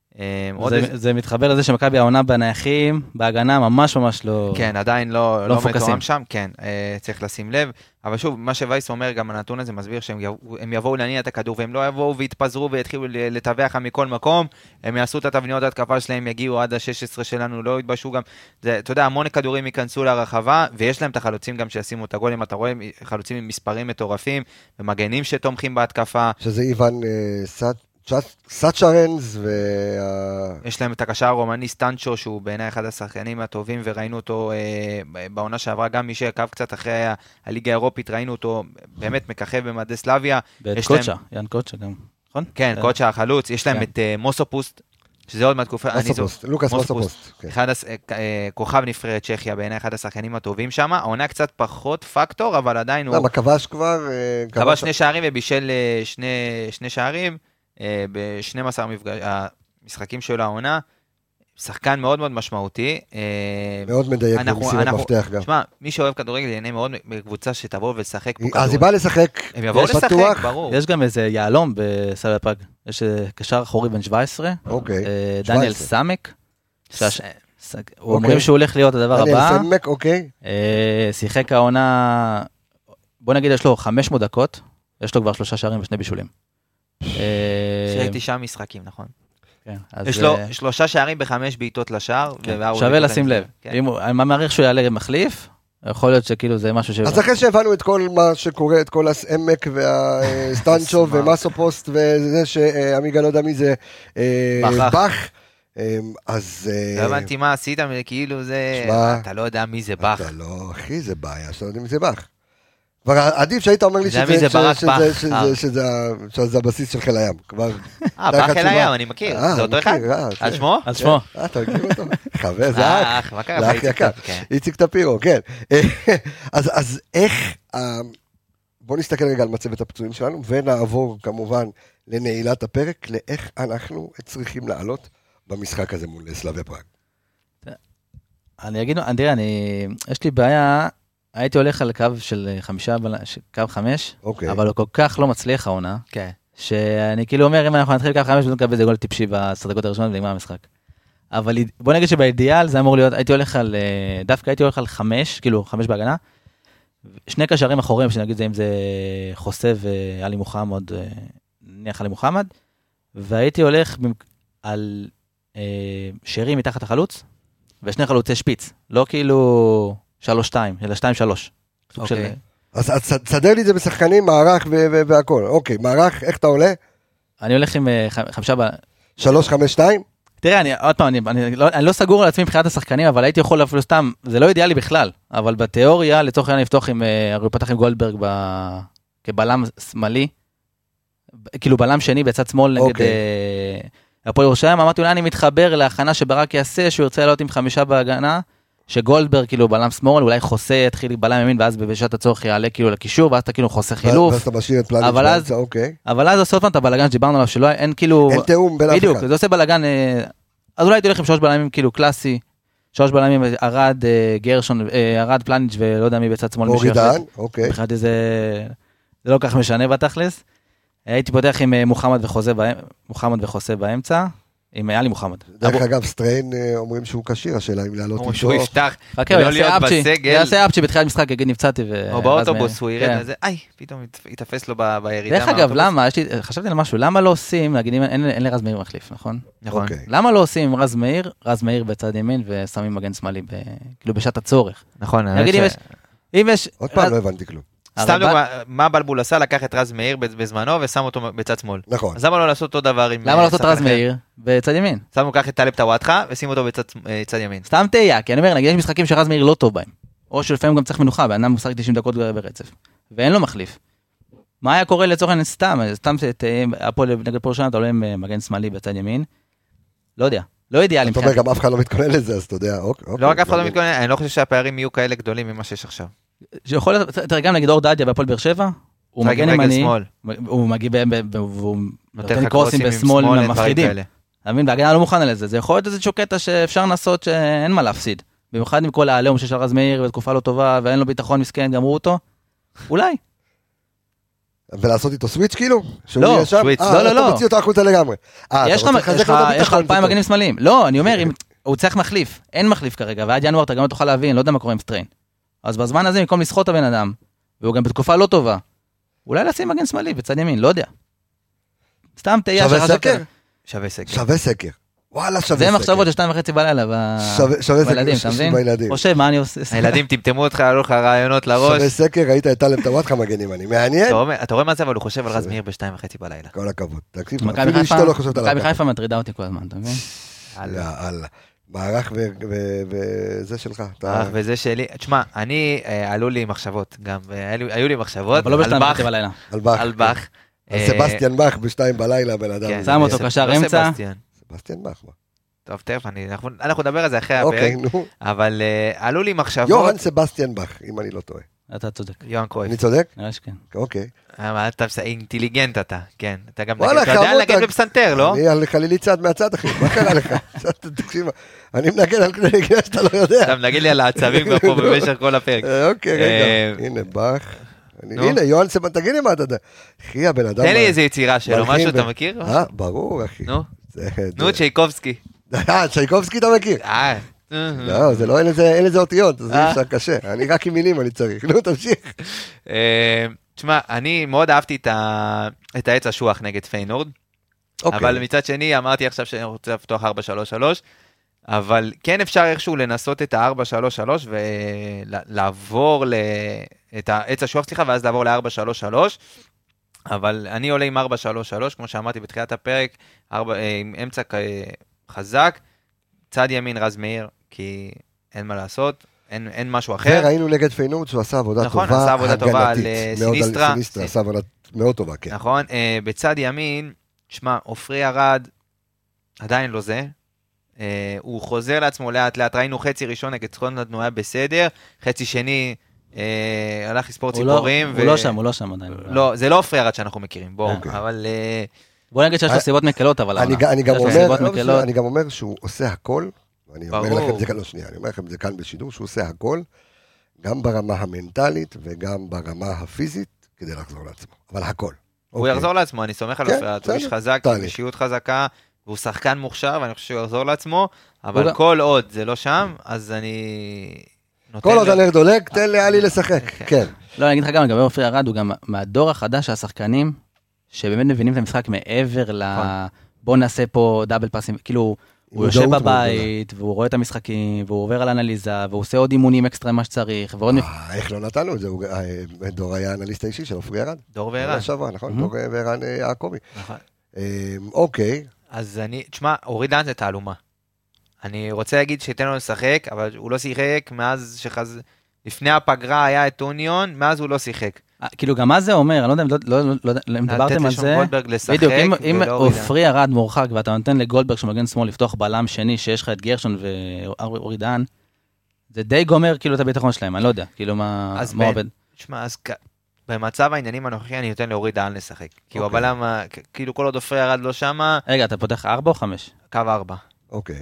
[SPEAKER 3] זה מתחבר לזה שמכבי העונה בנייחים, בהגנה ממש ממש לא...
[SPEAKER 2] כן, עדיין לא מתואם שם, כן, צריך לשים לב, אבל שוב, מה שווייס אומר, גם הנתון הזה מסביר שהם יבואו להניע את הכדור, והם לא יבואו ויתפזרו ויתחילו לטווח מכל מקום, הם יעשו את התבניות התקפה שלהם, יגיעו עד ה-שש עשרה שלנו, לא יתבשו גם, אתה יודע, המון כדורים ייכנסו לרחבה, ויש להם את החלוצים גם שישימו את הגולים, אתה רואה חלוצים עם מספרים מטורפים, ומגנים שתומכים בהתקפה.
[SPEAKER 1] שזה איוון סאט סאצ'רנס ו...
[SPEAKER 2] יש להם את הקשר הרומני סטנצ'ו, שהוא בעיניי אחד השחקנים הטובים, וראינו אותו אה, בעונה שעברה, גם מי שעקב קצת אחרי הליגה האירופית, ראינו אותו באמת מככב במדי סלאביה.
[SPEAKER 3] ואת קוצ'ה, להם... יאן קוצ'ה גם, נכון?
[SPEAKER 2] כן, אה... קוצ'ה החלוץ, יש להם כן. את אה, מוסופוסט, שזה עוד מהתקופה...
[SPEAKER 1] מוסופוסט, זו... לוקאס מוסופוסט. כן.
[SPEAKER 2] אחד הס... אה, כוכב נבחרת צ'כיה, בעיניי אחד השחקנים הטובים שם, העונה קצת פחות פקטור, אבל עדיין הוא...
[SPEAKER 1] למה, כבש כבר...
[SPEAKER 2] כבש שני שערים ובישל שני, שני שערים. ב-שנים עשר המשחקים של העונה, שחקן מאוד מאוד משמעותי.
[SPEAKER 1] מאוד מדייק במסירות מפתח גם.
[SPEAKER 2] תשמע, מי שאוהב כדורגל ייהנה מאוד בקבוצה שתבוא ולשחק פה
[SPEAKER 1] כדורגל. אז היא באה לשחק.
[SPEAKER 2] הם יבואו לשחק, ברור.
[SPEAKER 3] יש גם איזה יעלום בסלוויה פראג. יש קשר אחורי בן שבע עשרה.
[SPEAKER 1] אוקיי.
[SPEAKER 3] דניאל סמק. אומרים שהוא הולך להיות הדבר הבא.
[SPEAKER 1] דניאל סמק, אוקיי.
[SPEAKER 3] שיחק העונה, בוא נגיד יש לו חמש מאות דקות, יש לו כבר שלושה שערים ושני בישולים.
[SPEAKER 2] שיחק תשעה משחקים, נכון? יש לו שלושה שערים בחמש בעיטות לשער.
[SPEAKER 3] שווה לשים לב. אני מעריך שהוא יעלה מחליף, יכול להיות שכאילו זה משהו ש...
[SPEAKER 1] אז אחרי שהבנו את כל מה שקורה, את כל העמק והסטנצ'ו ומסו פוסט וזה שעמיגה לא יודע מי זה בח, אז...
[SPEAKER 2] לא הבנתי מה עשית, כאילו זה... אתה לא יודע מי זה בח.
[SPEAKER 1] אתה לא, אחי, זה בעיה, שאתה לא יודע מי זה בח. כבר עדיף שהיית אומר לי שזה הבסיס של חיל הים.
[SPEAKER 2] אה, בח חיל הים, אני מכיר. זה אותו אחד? על שמו?
[SPEAKER 3] על שמו.
[SPEAKER 1] אה, אתה מכיר אותו? חבר, זה אח. זה אח יקר. איציק טפירו, כן. אז איך... בוא נסתכל רגע על מצבת הפצועים שלנו, ונעבור כמובן לנעילת הפרק, לאיך אנחנו צריכים לעלות במשחק הזה מול סלאביה פראג.
[SPEAKER 3] אני אגיד, אנדריה, יש לי בעיה... הייתי הולך על קו של חמישה, קו חמש, אבל הוא כל כך לא מצליח העונה, שאני כאילו אומר, אם אנחנו נתחיל קו חמש, אנחנו נקבל איזה גול טיפשי בעשר דקות הראשונות, ונגמר המשחק. אבל בוא נגיד שבאידיאל זה אמור להיות, הייתי הולך על, דווקא הייתי הולך על חמש, כאילו חמש בהגנה, שני קשרים אחורים, שנגיד זה אם זה חוסה ואלי מוחמד, נניח עלי מוחמד, והייתי הולך על שרי מתחת החלוץ, ושני חלוצי שפיץ, לא כאילו... שלוש שתיים, אלא שתיים שלוש.
[SPEAKER 1] אז תסדר לי את זה בשחקנים, מערך והכל. אוקיי, מערך, איך אתה עולה?
[SPEAKER 3] אני הולך עם חמישה...
[SPEAKER 1] שלוש חמש שתיים?
[SPEAKER 3] תראה, אני עוד פעם, אני לא סגור על עצמי מבחינת השחקנים, אבל הייתי יכול אפילו סתם, זה לא אידיאלי בכלל, אבל בתיאוריה, לצורך העניין לפתוח עם, הוא פתח עם גולדברג כבלם שמאלי, כאילו בלם שני בצד שמאל נגד הפועל ירושלים, אמרתי, אולי אני מתחבר להכנה שברק יעשה, שהוא ירצה לעלות עם חמישה בהגנה, שגולדברג כאילו בלם שמאל, אולי חוסה יתחיל בלם ימין, ואז בשעת הצורך יעלה כאילו לקישור, ואז אתה כאילו חוסה חילוף.
[SPEAKER 1] ואז אתה משאיר את פלניץ' באמצע, אוקיי.
[SPEAKER 3] אבל אז עושה עוד פעם את הבלגן שדיברנו עליו, שלא אין כאילו...
[SPEAKER 1] אין תאום בין אף אחד.
[SPEAKER 3] בדיוק, זה עושה בלגן, אז אולי הייתי הולך עם שלוש בלמים כאילו קלאסי, שלוש בלמים, ארד, גרשון, ארד, פלניץ' ולא יודע מי בצד שמאל.
[SPEAKER 1] אורידן, אוקיי.
[SPEAKER 3] בכלל זה לא כך משנה בתכלס. הייתי פותח עם מוחמד וחוסה באמצע. עם עלי מוחמד.
[SPEAKER 1] דרך אגב, סטריין אומרים שהוא קשיר, השאלה אם לעלות איתו.
[SPEAKER 2] שהוא יפתח,
[SPEAKER 3] ולא להיות בסגל. יעשה אפצ'י בתחילת משחק, יגיד נפצעתי.
[SPEAKER 2] או באוטובוס, הוא ירד לזה, איי, פתאום יתאפס לו בירידה.
[SPEAKER 3] דרך אגב, למה, חשבתי על משהו, למה לא עושים, נגיד, אין לרז מאיר מחליף, נכון?
[SPEAKER 2] נכון.
[SPEAKER 3] למה לא עושים עם רז מאיר, רז מאיר בצד ימין, ושמים מגן שמאלי, כאילו בשעת הצורך.
[SPEAKER 2] נכון.
[SPEAKER 3] נגיד, אם יש...
[SPEAKER 1] עוד פעם לא הבנתי כלום.
[SPEAKER 2] סתם דוגמה, מה בלבול עשה? לקח את רז מאיר בזמנו ושם אותו בצד שמאל.
[SPEAKER 1] נכון.
[SPEAKER 2] אז למה לא לעשות אותו דבר עם...
[SPEAKER 3] למה לא לעשות רז מאיר בצד ימין?
[SPEAKER 2] שמו כך את טלב טוואטחה ושים אותו בצד ימין.
[SPEAKER 3] סתם תהיה, כי אני אומר, נגיד יש משחקים שרז מאיר לא טוב בהם. או שלפעמים גם צריך מנוחה, באדם משחק תשעים דקות ברצף. ואין לו מחליף. מה היה קורה לצורך העניין סתם? סתם נגד פה ראשונה אתה עולה עם מגן שמאלי בצד ימין. לא יודע. לא אידיאלי.
[SPEAKER 1] אתה אומר, גם אף אחד לא מתכונן לזה, אז אתה יודע.
[SPEAKER 2] לא רק אף אחד לא מתכונן, אני לא חושב שהפערים יהיו כאלה גדולים ממה שיש עכשיו.
[SPEAKER 3] שיכול להיות, תראה גם נגיד אור דדיה בהפועל באר שבע, הוא מגן ימני, הוא מגיע, והוא נותן קרוסים בשמאל מפחידים. אתה מבין, בהגנה לא מוכן על זה, זה יכול להיות איזשהו קטע שאפשר לנסות שאין מה להפסיד. במיוחד עם כל העליהום שיש על רז מאיר, בתקופה לא טובה, ואין לו ביטחון מסכן, גמרו אותו, אולי.
[SPEAKER 1] ולעשות איתו סוויץ' כאילו?
[SPEAKER 3] לא, סוויץ', לא, לא, לא.
[SPEAKER 1] אתה מוציא אותו החוצה לגמרי.
[SPEAKER 3] יש לך אלפיים מגנים שמאליים. לא, אני אומר, הוא צריך מחליף, אין מחליף כרגע, ועד ינואר אתה גם תוכל להבין, לא יודע מה קורה עם סטריין. אז בזמן הזה, במקום לסחוט הבן אדם, והוא גם בתקופה לא טובה, אולי לשים מגן שמאלי בצד ימין, לא יודע. סתם תהיה
[SPEAKER 1] שווה סקר?
[SPEAKER 2] שווה סקר.
[SPEAKER 1] שווה סקר. וואלה, שווה סקר.
[SPEAKER 3] זה מחשבות של שתיים וחצי בלילה בילדים, אתה מבין? חושב, מה אני עושה?
[SPEAKER 2] הילדים טמטמו אותך, עלו לך רעיונות לראש.
[SPEAKER 1] שווה סקר, ראית את טלב טוואטחה מגנים, אני מעניין.
[SPEAKER 2] אתה רואה מה זה, אבל הוא חושב על רז מאיר בשתיים וחצי בלילה.
[SPEAKER 1] כל הכבוד. תקשיב, אפילו אשתו לא חושבת עליו.
[SPEAKER 3] מכבי חיפה מטרידה אותי כל הזמן, אתה מבין?
[SPEAKER 1] יאללה. מערך וזה שלך.
[SPEAKER 2] מערך וזה שלי. תשמע, אני, עלו לי מחשבות גם, היו לי מחשבות.
[SPEAKER 3] אבל לא בשתיים וחצי בלילה.
[SPEAKER 2] על בח.
[SPEAKER 1] סבסטיאן בח בשתיים בלילה, בן אדם.
[SPEAKER 3] שם אותו קשר אמצע.
[SPEAKER 1] סבסטיאן בח, מה?
[SPEAKER 2] טוב, תכף, אנחנו נדבר על זה אחרי הפרק. אבל עלו לי מחשבות.
[SPEAKER 1] יוהן סבסטיאן בח, אם אני לא טועה.
[SPEAKER 3] אתה צודק.
[SPEAKER 2] יוהן קרויף.
[SPEAKER 1] אני צודק?
[SPEAKER 3] נראה שכן.
[SPEAKER 1] אוקיי.
[SPEAKER 2] אתה אינטליגנט אתה, כן. אתה גם יודע לנגן בפסנתר, לא?
[SPEAKER 1] אני על חלילי צד מהצד, אחי. מה קרה לך? תקשיב, אני מנגן על כלי נגינה שאתה לא יודע.
[SPEAKER 2] אתה מנגן לי על העצבים פה במשך כל הפרק.
[SPEAKER 1] אוקיי, רגע. הנה, בח. הנה, יוהן סבסטיאן, תגיד לי מה אתה יודע. אחי, הבן אדם...
[SPEAKER 2] תן לי איזה יצירה שלו, משהו אתה מכיר?
[SPEAKER 1] אה, ברור, אחי.
[SPEAKER 2] נו, נו, צ'ייקובסקי.
[SPEAKER 1] אה, צ'ייקובסקי אתה מכיר?
[SPEAKER 2] אה.
[SPEAKER 1] לא, זה לא, אין לזה אותיות, זה אפשר קשה. אני רק עם מילים אני צריך. נו, תמשיך.
[SPEAKER 2] תשמע, אני מאוד אהבתי את העץ השוח נגד פיינורד. אבל מצד שני, אמרתי עכשיו שאני רוצה לפתוח ארבע שלוש שלוש, אבל כן אפשר איכשהו לנסות את ה-ארבע שלוש שלוש ולעבור את העץ השוח, סליחה, ואז לעבור ל-ארבע שלוש שלוש, אבל אני עולה עם ארבע שלוש שלוש, כמו שאמרתי בתחילת הפרק, עם אמצע חזק, צד ימין רז מאיר, כי אין מה לעשות, אין, אין משהו אחר.
[SPEAKER 1] וראינו נגד פיינורד שהוא עשה עבודה
[SPEAKER 2] נכון,
[SPEAKER 1] טובה,
[SPEAKER 2] עשה עבודה טובה על
[SPEAKER 1] סיניסטרה. סיניסטרה, עשה עבודה מאוד טובה, כן.
[SPEAKER 2] נכון, בצד ימין, תשמע, עופרי ארד, עדיין לא זה, הוא חוזר לעצמו לאט לאט, ראינו חצי ראשון נגד סקוטלנד הוא היה בסדר, חצי שני הלך לספור ציפורים.
[SPEAKER 3] הוא לא שם, הוא לא שם עדיין.
[SPEAKER 2] לא, זה לא עופרי ארד שאנחנו מכירים, בואו, אבל...
[SPEAKER 3] בוא נגיד שיש לו סיבות מקלות, אבל...
[SPEAKER 1] אני גם אומר שהוא עושה הכל, אני אומר לכם את זה כאן, לא שנייה, אני אומר לכם את זה כאן בשידור, שהוא עושה הכל, גם ברמה המנטלית וגם ברמה הפיזית, כדי לחזור לעצמו, אבל הכל.
[SPEAKER 2] הוא יחזור לעצמו, אני סומך על אופי, הוא איש חזק, עם אישיות חזקה, והוא שחקן מוכשר, ואני חושב שהוא יחזור לעצמו, אבל כל עוד זה לא שם, אז אני...
[SPEAKER 1] כל עוד הנר דולק, תן לאלי לשחק, כן.
[SPEAKER 3] לא, אני אגיד לך גם, לגבי עופרי ארד, הוא גם מהדור החדש של השחקנים, שבאמת מבינים את המשחק מעבר ל... בוא נעשה פה דאבל פאסים, כאילו... הוא יושב בבית, והוא רואה את המשחקים, והוא עובר על אנליזה, והוא עושה עוד אימונים אקסטרה מה שצריך, ועוד...
[SPEAKER 1] איך לא נתנו את זה? דור היה האנליסט האישי של עופרי ארד.
[SPEAKER 2] דור וערן.
[SPEAKER 1] נכון, דור וערן יעקבי.
[SPEAKER 2] נכון.
[SPEAKER 1] אוקיי.
[SPEAKER 2] אז אני, תשמע, אורי דהן זה תעלומה. אני רוצה להגיד שייתן לו לשחק, אבל הוא לא שיחק מאז שחז... לפני הפגרה היה את אוניון, מאז הוא לא שיחק.
[SPEAKER 3] כאילו גם מה זה אומר, אני לא יודע אם דיברתם על זה, בדיוק, אם עופרי ארד מורחק ואתה נותן לגולדברג שמגן שמאל לפתוח בלם שני שיש לך את גרשון ואורי דהן, זה די גומר כאילו את הביטחון שלהם, אני לא יודע, כאילו מה עובד.
[SPEAKER 2] תשמע, אז במצב העניינים הנוכחי אני נותן לאורי דהן לשחק, כי הוא הבלם, כאילו כל עוד עופרי ארד לא שמה.
[SPEAKER 3] רגע, אתה פותח ארבע או חמש?
[SPEAKER 2] קו ארבע.
[SPEAKER 1] אוקיי.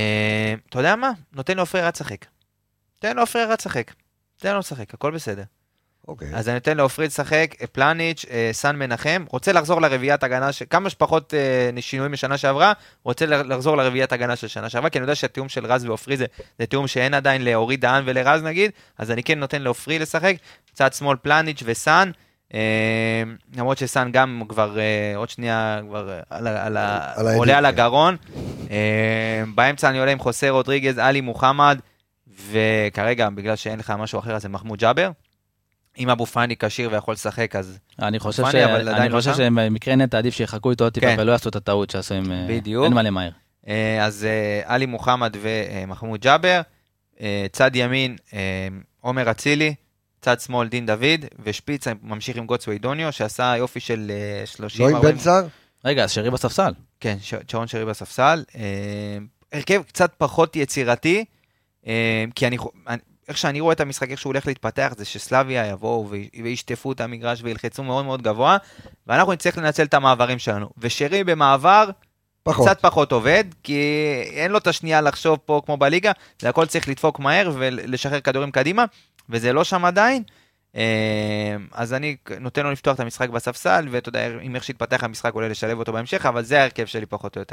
[SPEAKER 2] אתה יודע מה? נותן לעופרי ארד לשחק. תן לעופרי ארד לשחק. תן לו לשחק, הכל בסדר.
[SPEAKER 1] אוקיי.
[SPEAKER 2] אז אני נותן לעופרי לשחק, פלניץ', סן מנחם, רוצה לחזור לרביעיית הגנה, כמה שפחות שינויים משנה שעברה, רוצה לחזור לרביעיית הגנה של שנה שעברה, כי אני יודע שהתיאום של רז ועופרי זה, זה תיאום שאין עדיין לאורי דהן ולרז נגיד, אז אני כן נותן לעופרי לשחק, צד שמאל פלניץ' וסן, למרות שסן גם כבר עוד שנייה כבר עולה על הגרון, באמצע אני עולה עם חוסה רודריגז, אלי מוחמד, וכרגע בגלל שאין לך משהו אחר אז זה מחמוד ג'אבר, אם אבו פאני קשיר ויכול לשחק, אז...
[SPEAKER 3] אני חושב ש... אני חושב שמקרה נטע עדיף שיחכו איתו טיפה ולא יעשו את הטעות שעשו עם...
[SPEAKER 2] בדיוק.
[SPEAKER 3] אין מה למהר.
[SPEAKER 2] אז אלי מוחמד ומחמוד ג'אבר, צד ימין עומר אצילי, צד שמאל דין דוד, ושפיץ ממשיך עם גוטסווי דוניו, שעשה יופי של שלושים...
[SPEAKER 1] לא עם בן צער?
[SPEAKER 3] רגע, אז שרי בספסל.
[SPEAKER 2] כן, שרון שרי בספסל. הרכב קצת פחות יצירתי, כי אני... איך שאני רואה את המשחק, איך שהוא הולך להתפתח, זה שסלאביה יבואו וישטפו את המגרש וילחצו מאוד מאוד גבוה, ואנחנו נצטרך לנצל את המעברים שלנו. ושרי במעבר, פחות. קצת פחות עובד, כי אין לו את השנייה לחשוב פה כמו בליגה, זה הכל צריך לדפוק מהר ולשחרר כדורים קדימה, וזה לא שם עדיין. אז אני נותן לו לפתוח את המשחק בספסל, ואתה יודע, אם איך שהתפתח המשחק עולה לשלב אותו בהמשך, אבל זה ההרכב שלי פחות או יותר.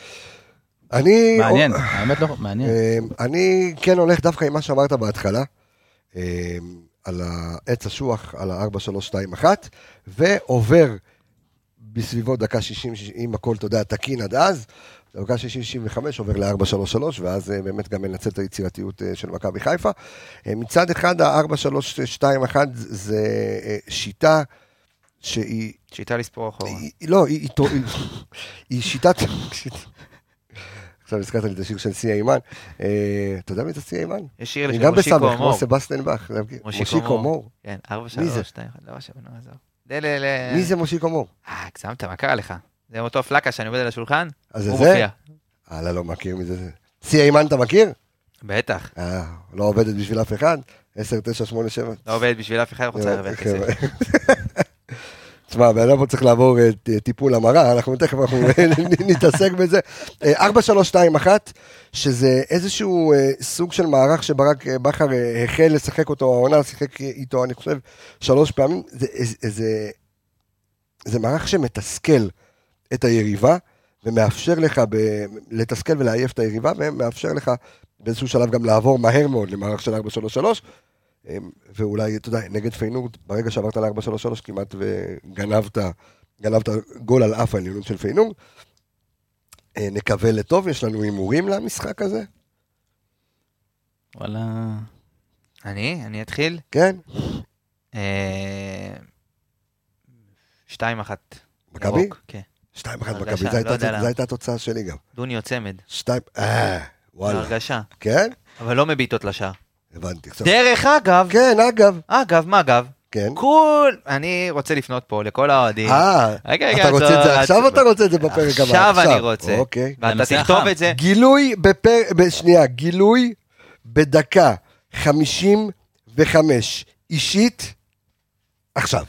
[SPEAKER 1] אני...
[SPEAKER 3] מעניין, האמת לא, מעניין.
[SPEAKER 1] אני כן הולך דווקא עם מה שאמרת בהתחלה, על העץ השוח, על ה-ארבע שלוש שתיים אחת, ועובר בסביבות דקה שישים, אם הכל, אתה יודע, תקין עד אז, דקה שישים שישים וחמש עובר ל-ארבע שלוש שלוש, ואז באמת גם מנצל את היצירתיות של מכבי חיפה. מצד אחד, ה-ארבע שלוש שתיים אחת זה שיטה שהיא...
[SPEAKER 2] שיטה לספור אחורה.
[SPEAKER 1] לא, היא שיטת... עכשיו הזכרת לי את השיר של סי אימן. אתה יודע מי זה סי אימן?
[SPEAKER 2] יש שיר של מושיקו מור.
[SPEAKER 1] כמו סבסטנבך.
[SPEAKER 2] מושיקו מור. כן, ארבע שלוש שתיים אחת. לא, שבנו, עזוב.
[SPEAKER 1] מי זה מושיקו מור?
[SPEAKER 2] אה, הגזמת, מה קרה לך? זה אותו פלקה שאני עובד על השולחן.
[SPEAKER 1] אז זה זה? אה, לא מכיר מי זה. סי אימן אתה מכיר?
[SPEAKER 2] בטח.
[SPEAKER 1] אה, לא עובדת בשביל אף אחד? עשר תשע שמונה שבע.
[SPEAKER 2] לא עובדת בשביל אף אחד, רוצה להרוויח כסף.
[SPEAKER 1] תשמע, בעצם פה צריך לעבור טיפול המרה, אנחנו תכף אנחנו נתעסק בזה. ארבע שלוש שתיים אחת, שזה איזשהו סוג של מערך שברק בכר החל לשחק אותו, העונה לשחק איתו, אני חושב, שלוש פעמים. זה, זה, זה מערך שמתסכל את היריבה, ומאפשר לך ב- לתסכל ולעייף את היריבה, ומאפשר לך באיזשהו שלב גם לעבור מהר מאוד למערך של ארבע שלוש שלוש, ואולי, אתה יודע, נגד פיינורד, ברגע שעברת ל-ארבע שלוש שלוש, כמעט וגנבת גנבת גול על אף העליונות של פיינור. נקווה לטוב, יש לנו הימורים למשחק הזה?
[SPEAKER 3] וואלה...
[SPEAKER 2] אני? אני אתחיל?
[SPEAKER 1] כן.
[SPEAKER 2] שתיים אחת.
[SPEAKER 1] מכבי?
[SPEAKER 2] כן.
[SPEAKER 1] שתיים אחת מכבי, זו הייתה התוצאה שלי גם.
[SPEAKER 2] דוניו צמד.
[SPEAKER 1] שתיים, אה, וואלה.
[SPEAKER 2] הרגשה.
[SPEAKER 1] כן?
[SPEAKER 2] אבל לא מביטות לשער.
[SPEAKER 1] הבנתי.
[SPEAKER 2] דרך אגב.
[SPEAKER 1] כן, אגב.
[SPEAKER 2] אגב, מה אגב?
[SPEAKER 1] כן.
[SPEAKER 2] כול, אני רוצה לפנות פה לכל האוהדים.
[SPEAKER 1] אה, אתה רוצה את זה עכשיו או אתה רוצה את זה בפרק הבא?
[SPEAKER 2] עכשיו אני רוצה.
[SPEAKER 1] אוקיי.
[SPEAKER 2] ואתה תכתוב את זה.
[SPEAKER 1] גילוי בפרק, שנייה, גילוי בדקה חמישים וחמש, אישית, עכשיו.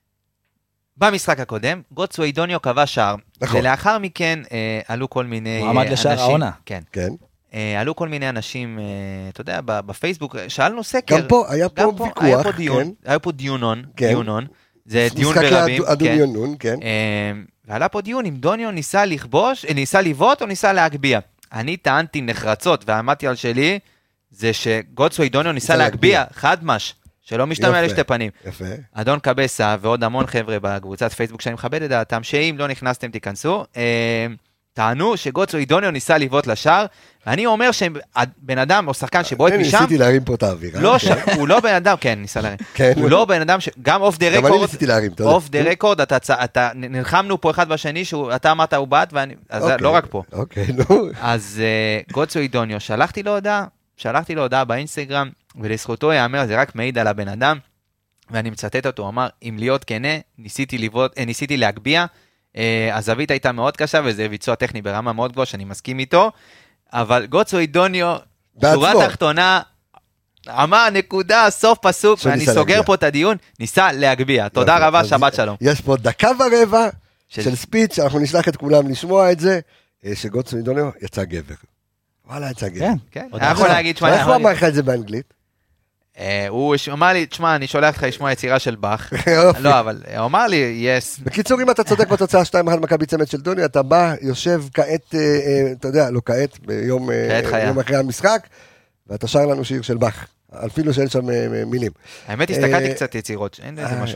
[SPEAKER 2] במשחק הקודם, גוטסו אידוניו קבע שער,
[SPEAKER 1] נכון.
[SPEAKER 2] ולאחר מכן אה, עלו כל מיני
[SPEAKER 3] הוא עמד לשער העונה.
[SPEAKER 2] כן.
[SPEAKER 1] כן.
[SPEAKER 2] אה, עלו כל מיני אנשים, אה, אתה יודע, בפייסבוק, שאלנו סקר.
[SPEAKER 1] גם פה, היה פה ויכוח,
[SPEAKER 2] היה פה דיון,
[SPEAKER 1] כן.
[SPEAKER 2] היה פה דיונון,
[SPEAKER 1] כן.
[SPEAKER 2] דיונון, זה דיון ברבים.
[SPEAKER 1] משחקי הדוניונון, כן.
[SPEAKER 2] אה, ועלה פה דיון אם דוניו ניסה לכבוש, ניסה לבעוט או ניסה להגביע. אני טענתי נחרצות, ועמדתי על שלי, זה שגוטסו אידוניו ניסה להגביע, חד מש. שלא משתמע לשתי פנים.
[SPEAKER 1] יפה.
[SPEAKER 2] אדון קבסה ועוד המון חבר'ה בקבוצת פייסבוק שאני מכבד את דעתם, שאם לא נכנסתם תיכנסו, טענו שגוטסו אידוניו ניסה לבעוט לשער, ואני אומר שבן אדם או שחקן שבועט משם,
[SPEAKER 1] ניסיתי להרים פה את האוויר.
[SPEAKER 2] הוא לא בן אדם, כן, ניסה להרים,
[SPEAKER 1] כן.
[SPEAKER 2] הוא לא בן אדם, גם אוף דה רקורד,
[SPEAKER 1] גם אני ניסיתי להרים, אתה יודע.
[SPEAKER 2] אוף דה רקורד, נלחמנו פה אחד בשני, אתה אמרת הוא בעט, אז לא רק פה.
[SPEAKER 1] אוקיי, נו.
[SPEAKER 2] אז גוטסו אידוניו, שלחתי לו הודעה, שלחתי לו הודעה באינסטגרם, ולזכותו יאמר, זה רק מעיד על הבן אדם, ואני מצטט אותו, הוא אמר, אם להיות כנה, ניסיתי, לבוא, ניסיתי להגביע, הזווית הייתה מאוד קשה, וזה ביצוע טכני ברמה מאוד גבוהה, שאני מסכים איתו, אבל גוטסו אידוניו, שורה תחתונה, אמר נקודה, סוף פסוק, ואני סוגר להגביע. פה את הדיון, ניסה להגביע. תודה רבה, אז שבת שלום.
[SPEAKER 1] יש פה דקה ורבע של, של ספיץ', אנחנו נשלח את כולם לשמוע את זה, שגוטסו אידוניו יצא גבר. וואלה, יצא גבר.
[SPEAKER 2] כן, כן. אני יכול להגיד,
[SPEAKER 1] שמה, איך הוא אמר לך את זה באנגלית?
[SPEAKER 2] הוא אמר לי, תשמע, אני שולח לך לשמוע יצירה של באך. לא, אבל הוא אמר לי, יס.
[SPEAKER 1] בקיצור, אם אתה צודק בתוצאה שתיים אחת מכבי צמד של דוניו, אתה בא, יושב כעת, אתה יודע, לא כעת, ביום אחרי המשחק, ואתה שר לנו שיר של באך. אפילו שאין שם מילים.
[SPEAKER 2] האמת, הסתכלתי קצת יצירות, אין איזה משהו.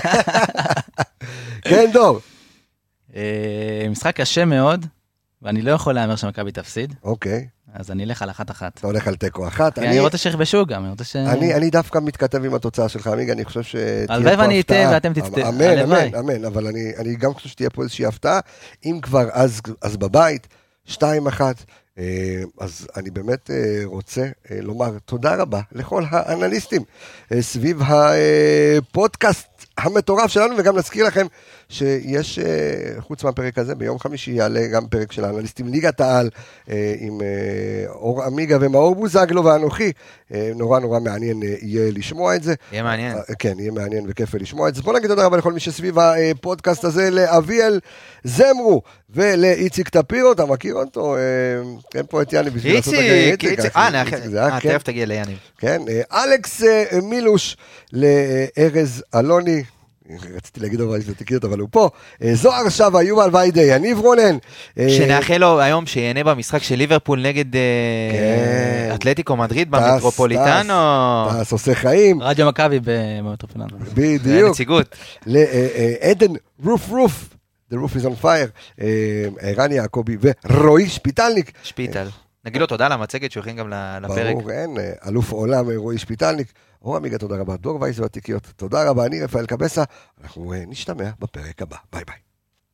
[SPEAKER 1] כן, דור.
[SPEAKER 3] משחק קשה מאוד, ואני לא יכול להאמר שמכבי תפסיד.
[SPEAKER 1] אוקיי.
[SPEAKER 3] אז אני אלך על אחת אחת.
[SPEAKER 1] אתה הולך על תיקו אחת.
[SPEAKER 3] אני רוצה שיכבשו גם.
[SPEAKER 1] אני דווקא מתכתב עם התוצאה שלך, עמיגה, אני חושב שתהיה פה הפתעה.
[SPEAKER 3] הלוואי ואני איתה ואתם תצטער.
[SPEAKER 1] אמן, אמן, אמן, אבל אני גם חושב שתהיה פה איזושהי הפתעה. אם כבר, אז בבית, שתיים אחת. אז אני באמת רוצה לומר תודה רבה לכל האנליסטים סביב הפודקאסט המטורף שלנו, וגם נזכיר לכם שיש, חוץ מהפרק הזה, ביום חמישי יעלה גם פרק של האנליסטים ליגת העל, עם אור עמיגה ומאור בוזגלו ואנוכי, נורא נורא מעניין יהיה לשמוע את זה.
[SPEAKER 2] יהיה מעניין.
[SPEAKER 1] כן, יהיה מעניין וכיף לשמוע את זה. בוא נגיד תודה רבה לכל מי שסביב הפודקאסט הזה, לאביאל זמרו ולאיציק טפירו, אתה מכיר אותו? אין פה את יאני בשביל לעשות את
[SPEAKER 2] איציק, איציק, אה, תכף תגיע ליאני.
[SPEAKER 1] כן, אלכס מילוש לארז אלוני, רציתי להגיד לו, אבל הוא פה, זוהר שווה, יובל ויידה, יניב רונן.
[SPEAKER 2] שנאחל לו היום שיהנה במשחק של ליברפול נגד אתלטיקו מדריד במטרופוליטנו.
[SPEAKER 1] טס עושה חיים.
[SPEAKER 3] רדיו מכבי במטרופוליטנו.
[SPEAKER 1] בדיוק.
[SPEAKER 2] נציגות.
[SPEAKER 1] לעדן רוף רוף. The roof is on fire, רני יעקובי ורועי שפיטלניק.
[SPEAKER 2] שפיטל. נגיד לו תודה למצגת שהולכים גם לפרק.
[SPEAKER 1] ברור, אין, אלוף עולם רועי שפיטלניק. אור עמיגה, תודה רבה. דור וייס והתיקיות, תודה רבה. אני רפאל קבסה. אנחנו נשתמע בפרק הבא. ביי ביי.